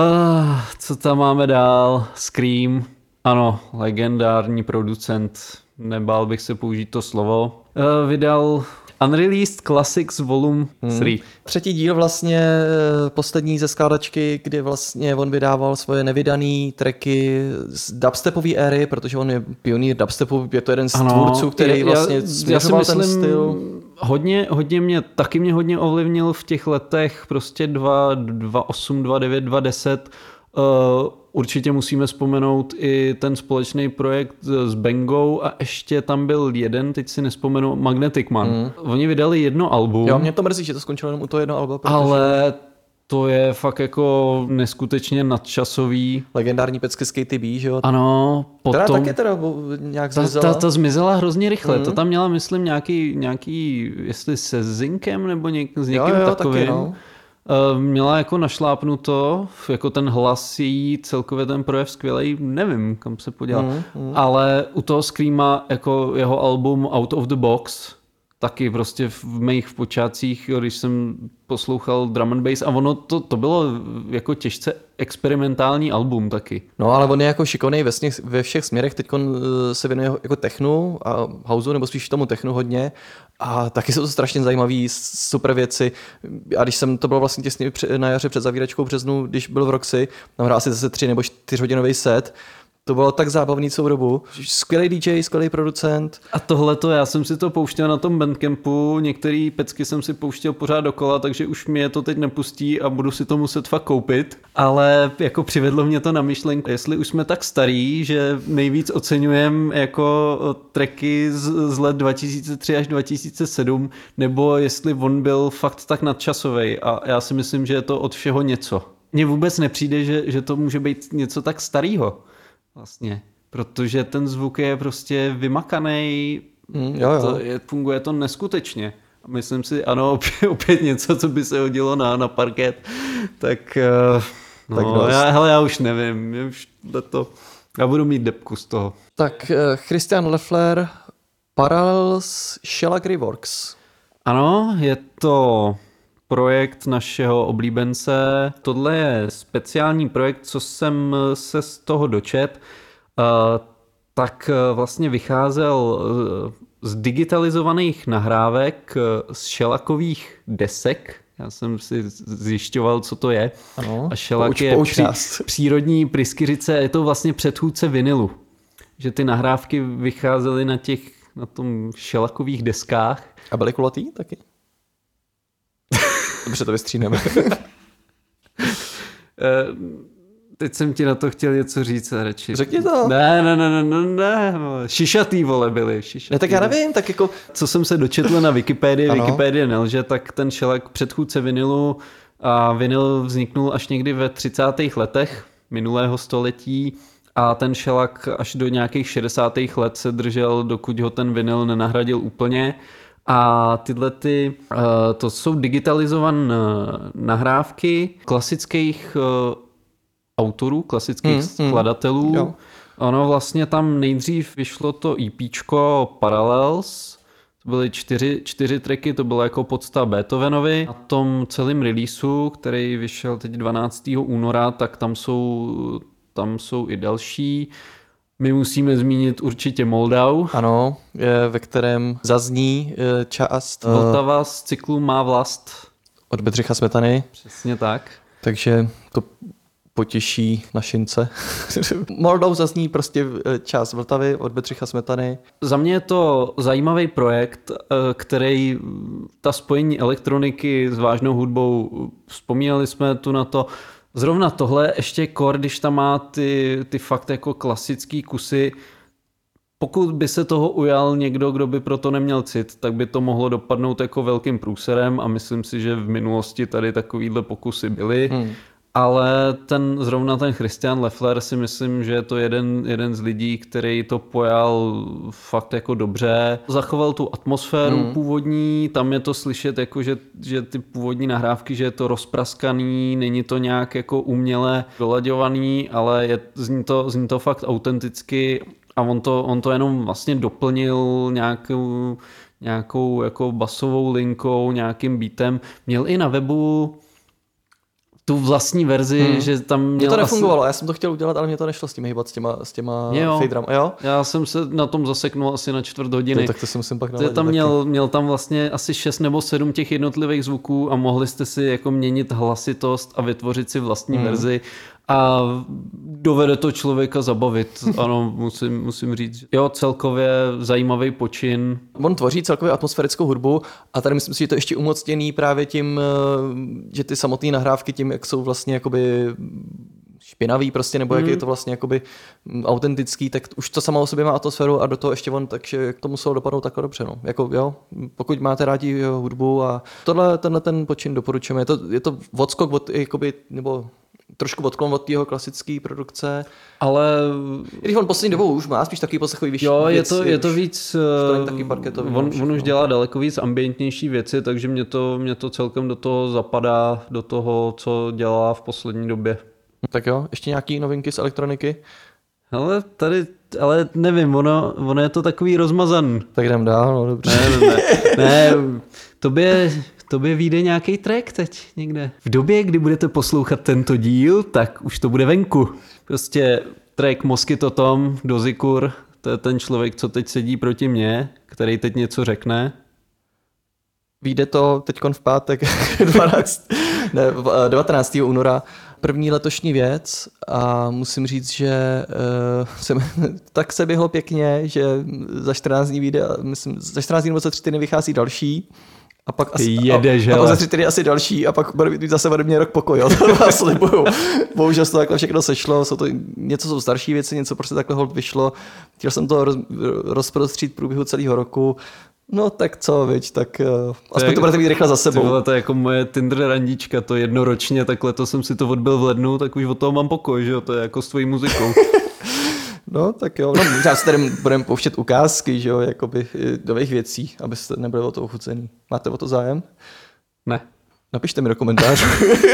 Co tam máme dál? Scream. Ano, legendární producent. Nebál bych se použít to slovo. Vydal Unreleased Classics Volume 3. Třetí díl vlastně, poslední ze skládačky, kdy vlastně on vydával svoje nevydané tracky z dubstepové éry, protože on je pionýr dubstepu, je to jeden z tvůrců, který vlastně směřoval ten styl. Hodně mě hodně ovlivnil v těch letech prostě 2008, 2009, 2010. Určitě musíme vzpomenout i ten společný projekt s Bangou a ještě tam byl jeden, teď si nespomenu, Magnetic Man. Oni vydali jedno album. Jo, mě to mrzí, že to skončilo jenom u toho jedno album. Ale to je fakt jako neskutečně nadčasový. Legendární pecky z KTB, že jo? Ano. Potom taky nějak zmizela. Ta zmizela hrozně rychle. To tam měla, myslím, nějaký jestli se Zinkem nebo s někým takovým. Taky, no. Měla jako našlápnuto, jako ten hlas její, celkově ten projev skvělej, nevím, kam se podělal. Ale u toho Screama jako jeho album Out of the Box, taky prostě v mých počátcích, když jsem poslouchal drum and bass a ono to bylo jako těžce experimentální album taky. No ale on je jako šikovnej ve všech směrech, teď se věnuje jako technu a houseu, nebo spíš tomu technu hodně a taky jsou to strašně zajímavý super věci. A když to bylo vlastně těsně na jaře před zavíračkou v březnu, když byl v Roxy, tam hrál asi zase 3 nebo 4 hodinový set, To bylo tak zábavný celou dobu. Skvělý DJ, skvělý producent. A tohleto, já jsem si to pouštěl na tom Bandcampu, některé pecky jsem si pouštěl pořád dokola, takže už mě to teď nepustí a budu si to muset fakt koupit. Ale jako přivedlo mě to na myšlenku, jestli už jsme tak starý, že nejvíc oceňujeme jako tracky z let 2003 až 2007, nebo jestli on byl fakt tak nadčasovej. A já si myslím, že je to od všeho něco. Mně vůbec nepřijde, že to může být něco tak starýho. Vlastně, protože ten zvuk je prostě vymakaný, funguje to neskutečně. Myslím si, ano, opět něco, co by se hodilo na parket, tak já už nevím, já budu mít depku z toho. Tak Christian Leffler, Parallels Shellac Reworks. Ano, je to projekt našeho oblíbence. Tohle je speciální projekt, co jsem se z toho dočet. Tak vlastně vycházel z digitalizovaných nahrávek z šelakových desek. Já jsem si zjišťoval, co to je. Ano, a šelak je přírodní pryskyřice, je to vlastně předchůdce vinilu. Že ty nahrávky vycházely na tom šelakových deskách. A byly kulatý taky? Dobře, to vystříneme. Teď jsem ti na to chtěl něco říct, radši. Řekni to. Ne. Šišatý, vole, byli. Ne, tak já nevím, tak jako... Co jsem se dočetl na Wikipedii, Wikipedie nelže, tak ten šelak předchůdce vinilu a vinyl vzniknul až někdy ve 30. letech minulého století a ten šelak až do nějakých 60. let se držel, dokud ho ten vinyl nenahradil úplně. A to jsou digitalizované nahrávky klasických autorů, klasických skladatelů. Jo. Ono vlastně tam nejdřív vyšlo to EPčko Parallels, to byly 4 tracky, to bylo jako podsta Beethovenovi. Na tom celém releaseu, který vyšel teď 12. února, tak tam jsou i další. My musíme zmínit určitě Moldau. Ano, ve kterém zazní část Vltava z cyklu Má vlast. Od Bedřicha Smetany. Přesně tak. Takže to potěší našince. Moldau zazní prostě část Vltavy od Bedřicha Smetany. Za mě je to zajímavý projekt, který ta spojení elektroniky s vážnou hudbou, vzpomínali jsme tu na to. Zrovna tohle ještě kor, když tam má ty fakt jako klasický kusy, pokud by se toho ujal někdo, kdo by proto neměl cit, tak by to mohlo dopadnout jako velkým průserem a myslím si, že v minulosti tady takovýhle pokusy byly. Ale zrovna ten Christian Leffler si myslím, že je to jeden z lidí, který to pojal fakt jako dobře. Zachoval tu atmosféru původní, tam je to slyšet jako, že ty původní nahrávky, že je to rozpraskaný, není to nějak jako uměle dolaďovaný, ale zní to fakt autenticky a on to jenom vlastně doplnil nějakou jako basovou linkou, nějakým beatem. Měl i na webu tu vlastní verzi, že tam měl... Mně to nefungovalo, já jsem to chtěl udělat, ale mě to nešlo s tím hýbat, s těma faderama. Jo? Já jsem se na tom zaseknul asi na 4 hodiny. Tak to si musím pak naladit. Tam měl tam vlastně asi 6 nebo 7 těch jednotlivých zvuků a mohli jste si jako měnit hlasitost a vytvořit si vlastní verzi a dovede to člověka zabavit. Ano, musím říct. Jo, celkově zajímavý počin. On tvoří celkově atmosférickou hudbu a tady myslím si, že to ještě umocněný právě tím, že ty samotné nahrávky tím, jak jsou vlastně jakoby špinavý prostě, nebo jak je to vlastně jakoby autentický, tak už to samo o sobě má atmosféru a do toho ještě takže to muselo dopadnout takhle dobře. No. Jako, jo, pokud máte rádi hudbu a tenhle ten počin doporučujeme. Je to odskok od jakoby, nebo trošku odklon od jeho klasické produkce. Ale když on poslední dobou už má spíš takový poslechový vyšší věci. Je to víc... On už dělá daleko víc ambientnější věci, takže mě to celkem do toho zapadá, do toho, co dělá v poslední době. Tak jo, ještě nějaký novinky z elektroniky? Ale nevím, ono je to takový rozmazan. Tak jdem dál, no dobře. Ne, tobě vyjde nějaký track teď někde. V době, kdy budete poslouchat tento díl, tak už to bude venku. Prostě track Moskyto Tom, Dozikur, to je ten člověk, co teď sedí proti mně, který teď něco řekne. Vyjde to teďkon v pátek 19. února první letošní věc a musím říct, že tak se běhlo pěkně, že za 14 dní vyjde, myslím, za 14 dní nebo za 3 týdny vychází další. A pak za 3 týdny asi další a pak bude mít zase ode mě rok pokoj, jo, to vás slibuju. Bohužel to takhle všechno sešlo, něco jsou starší věci, něco prostě takhle hold vyšlo. Chtěl jsem to rozprostřít v průběhu celého roku. No tak co, viď, tak aspoň to budete mít rychle za sebou. To je jako moje Tinder randička, to jednoročně, tak letos jsem si to odbil v lednu, tak už od toho mám pokoj, že jo, to je jako s tvojí muzikou. No tak jo, no možná si tady budeme pouštět ukázky, že jo, jakoby nových věcí, abyste nebyli o to ochucený. Máte o to zájem? Ne. Napište mi do komentářů.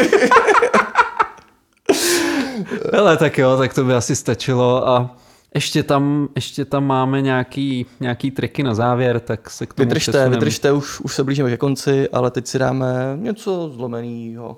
Hele, tak jo, tak to by asi stačilo a ještě tam máme nějaký triky na závěr, tak se k tomu Vydržte, už se blížíme ke konci, ale teď si dáme něco zlomenýho.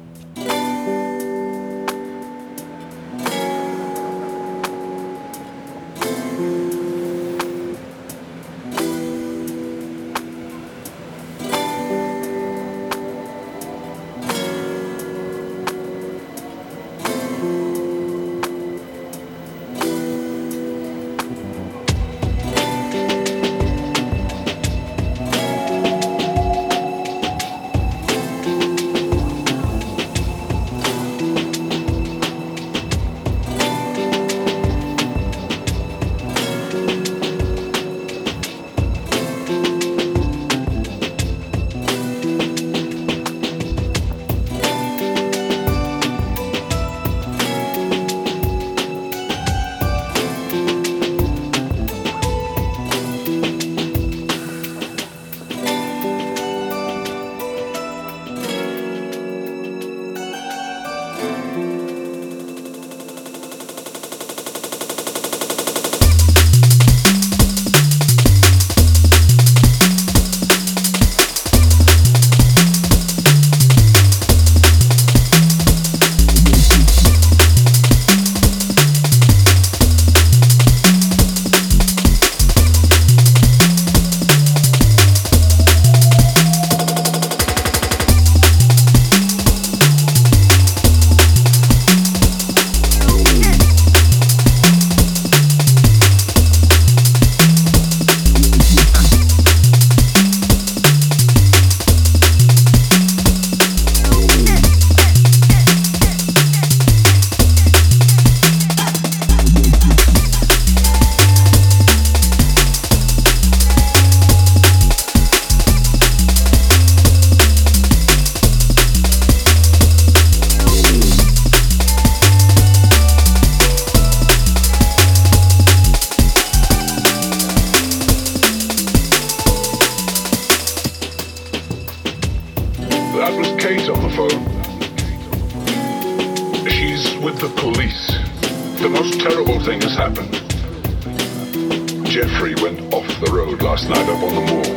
Jeffrey went off the road last night up on the moor.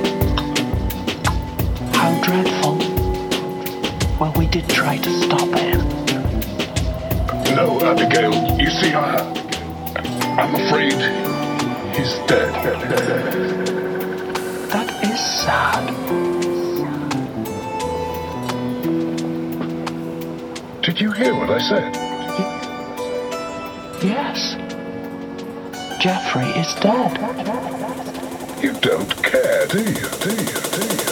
How dreadful. Well, we did try to stop him. No, Abigail, you see, I'm afraid he's dead. That is sad. Did you hear what I said? Yes. Jeffrey is dead. You don't care, do you?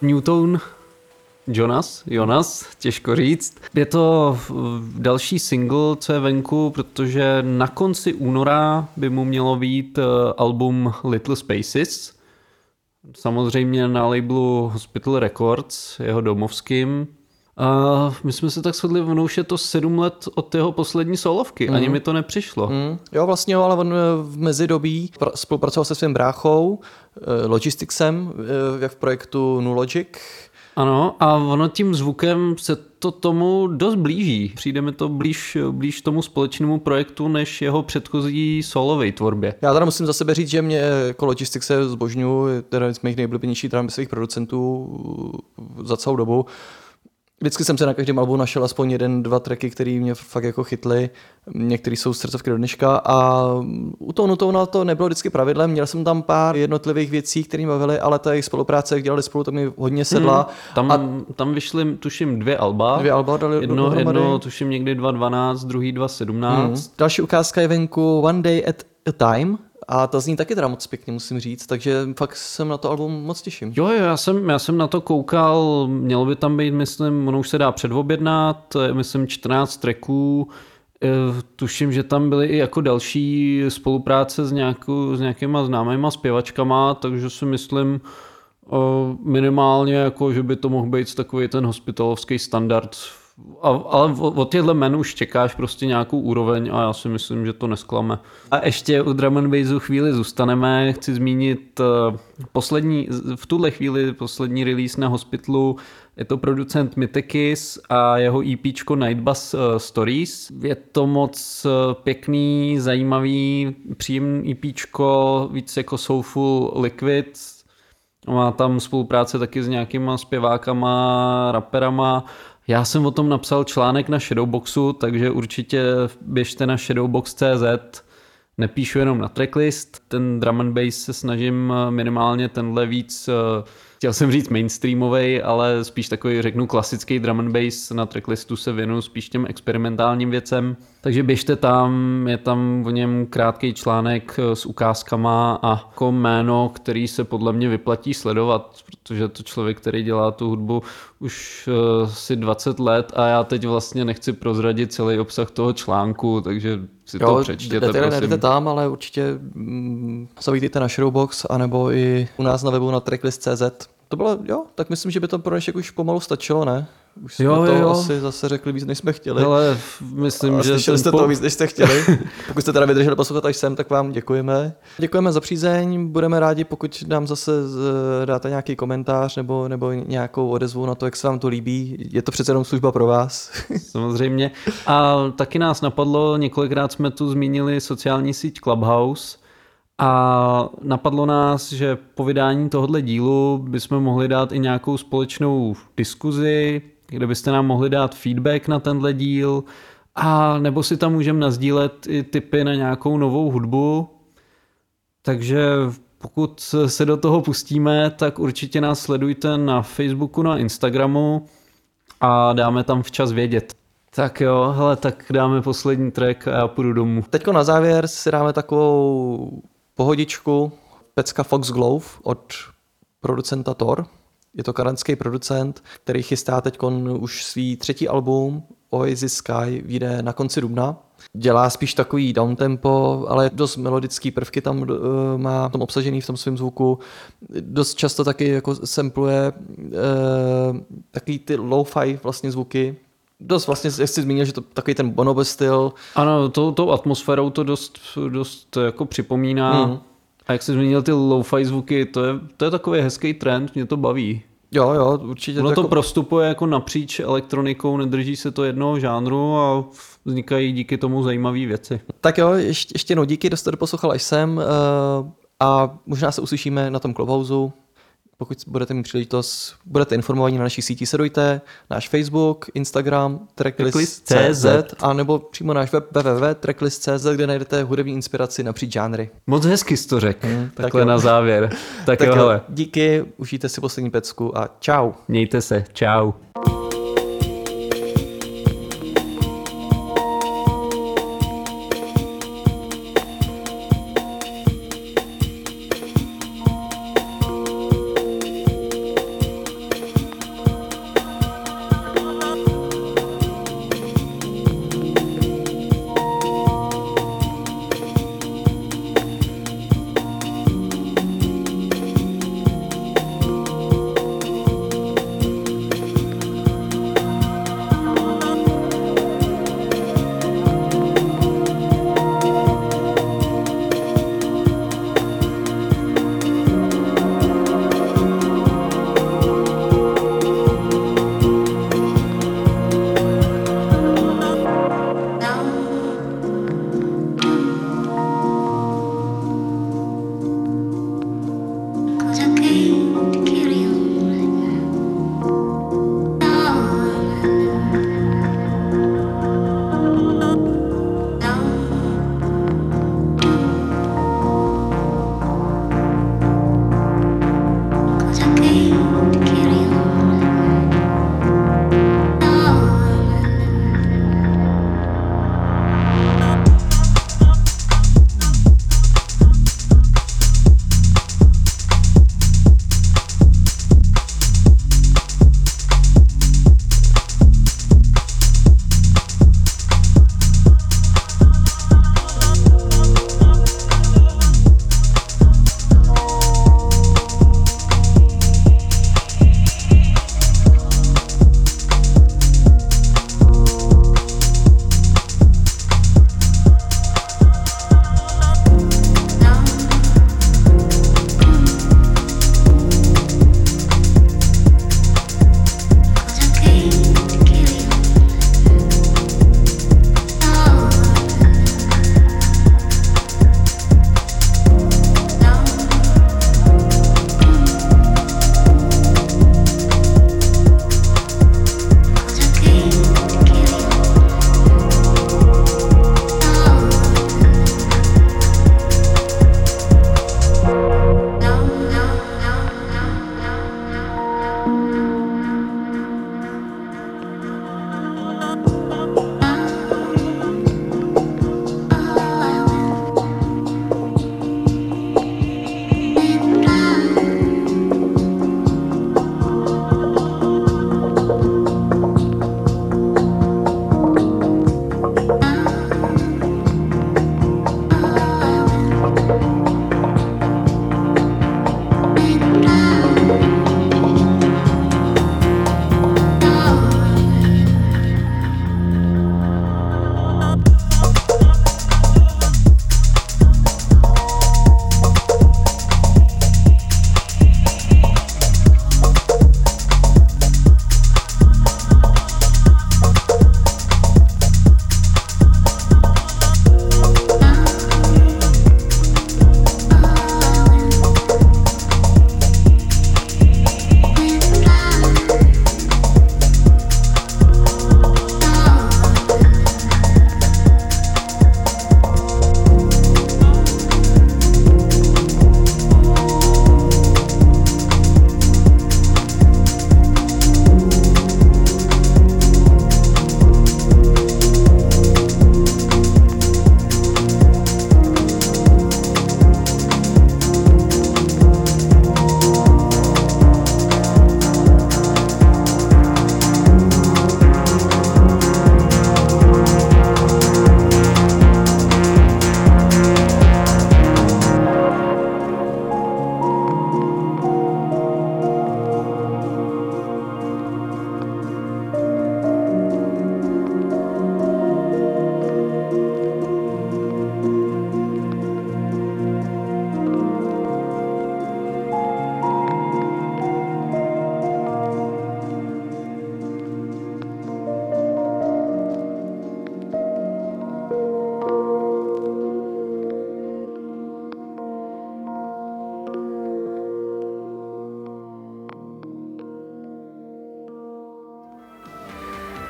Newton Jonas, těžko říct. Je to další single, co je venku, protože na konci února by mu mělo být album Little Spaces. Samozřejmě na labelu Hospital Records, jeho domovským. A my jsme se tak shodli, ono už je to 7 let od jeho poslední solovky, ani mi to nepřišlo. Jo, vlastně jo, ale on v mezidobí spolupracoval se svým bráchou, Logisticsem, jak v projektu Nulogic. Ano, a ono tím zvukem se to tomu dost blíží. Přijde mi to blíž tomu společnému projektu, než jeho předchozí solové tvorbě. Já teda musím za sebe říct, že mě jako Logistics se zbožňuji, teda z mých nejblíbenějších svých producentů za celou dobu. Vždycky jsem se na každém albu našel aspoň 1-2 tracky, které mě fakt jako chytly. Některý jsou srdcovky do dneška a u toho Nutona to nebylo vždycky pravidlem. Měl jsem tam pár jednotlivých věcí, které mě bavily, ale ta jejich spolupráce, jak dělali spolu, to mi hodně sedla. Tam vyšly, tuším, 2 alba. 2 alba dali jedno tuším někdy 2012, druhý 2017. Další ukázka je venku One Day at a Time. A ta zní taky teda moc pěkně, musím říct, takže fakt jsem na to album moc těším. Jo, já jsem na to koukal, mělo by tam být, myslím, ono už se dá předobjednat, myslím 14 tracků, tuším, že tam byly i jako další spolupráce s nějakýma známýma zpěvačkama, takže si myslím minimálně, jako, že by to mohl být takový ten hospitalovský standard. Ale od těchto men už čekáš prostě nějakou úroveň a já si myslím, že to nesklame. A ještě u drum and bassu chvíli zůstaneme. Chci zmínit v tuhle chvíli poslední release na Hospitalu. Je to producent Mytekis a jeho EPčko Nightbus Stories. Je to moc pěkný, zajímavý, příjemný EPčko, víc jako soulful liquid. Má tam spolupráce taky s nějakýma zpěvákama, raperama. Já jsem o tom napsal článek na Shadowboxu, takže určitě běžte na shadowbox.cz. Nepíšu jenom na tracklist. Ten drum and bass se snažím minimálně tenhle víc, chtěl jsem říct mainstreamovej, ale spíš takový, řeknu, klasický drum and bass. Na tracklistu se věnuju spíš těm experimentálním věcem. Takže běžte tam, je tam v něm krátký článek s ukázkama a jako jméno, který se podle mě vyplatí sledovat, protože to člověk, který dělá tu hudbu už si 20 let a já teď vlastně nechci prozradit celý obsah toho článku, takže si to přečtěte, prosím. Jdete tam, ale určitě zavítejte na Shadowbox, anebo i u nás na webu na tracklist.cz. To bylo, jo, tak myslím, že by to pro dnešek už pomalu stačilo, ne? Už jsme to asi zase řekli víc, než jsme chtěli. Ale myslím, že slyšeli jste to víc, než jste chtěli. Pokud jste teda vydrželi poslouchat až sem, tak vám děkujeme. Děkujeme za přízeň, budeme rádi, pokud nám zase dáte nějaký komentář nebo nějakou odezvu na to, jak se vám to líbí. Je to přece jenom služba pro vás. Samozřejmě. A taky nás napadlo, několikrát jsme tu zmínili sociální síť Clubhouse, a napadlo nás, že po vydání tohohle dílu bychom mohli dát i nějakou společnou diskuzi, kde byste nám mohli dát feedback na tenhle díl, a nebo si tam můžeme nasdílet i tipy na nějakou novou hudbu. Takže pokud se do toho pustíme, tak určitě nás sledujte na Facebooku, na Instagramu a dáme tam včas vědět. Tak jo, hele, tak dáme poslední track a já půjdu domů. Teďko na závěr si dáme takovou pohodičku, pecka Foxglove od producenta Thor. Je to kanadský producent, který chystá teď už svý 3. album Oasis Sky, vyjde na konci dubna. Dělá spíš takový downtempo, ale dost melodický prvky tam má tam obsažený v tom svém zvuku. Dost často taky jako sampluje takový ty lo-fi vlastně zvuky. Dost vlastně, jak jsi zmínil, že to takový ten Bonobo styl. Ano, tou atmosférou to dost jako připomíná. A jak jsi zmínil ty lo-fi zvuky, to je takový hezký trend, mě to baví. Jo, určitě. Ono to prostupuje jako napříč elektronikou, nedrží se to jednoho žánru a vznikají díky tomu zajímavé věci. Tak jo, ještě jednou díky, kdo jste doposlouchal až sem a možná se uslyšíme na tom Clubhouse. Pokud budete mít příležitost, budete informovaní na naší síti, sledujte náš Facebook, Instagram, tracklist.cz a nebo přímo náš web www.tracklist.cz, kde najdete hudební inspiraci napříč žánry. Moc hezky jsi to řekl, takhle na závěr. Tak jo, hele. Díky, užijte si poslední pecku a čau. Mějte se, čau.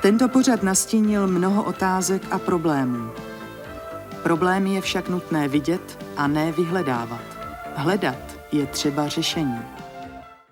Tento pořad nastínil mnoho otázek a problémů. Problémy je však nutné vidět a ne vyhledávat. Hledat je třeba řešení.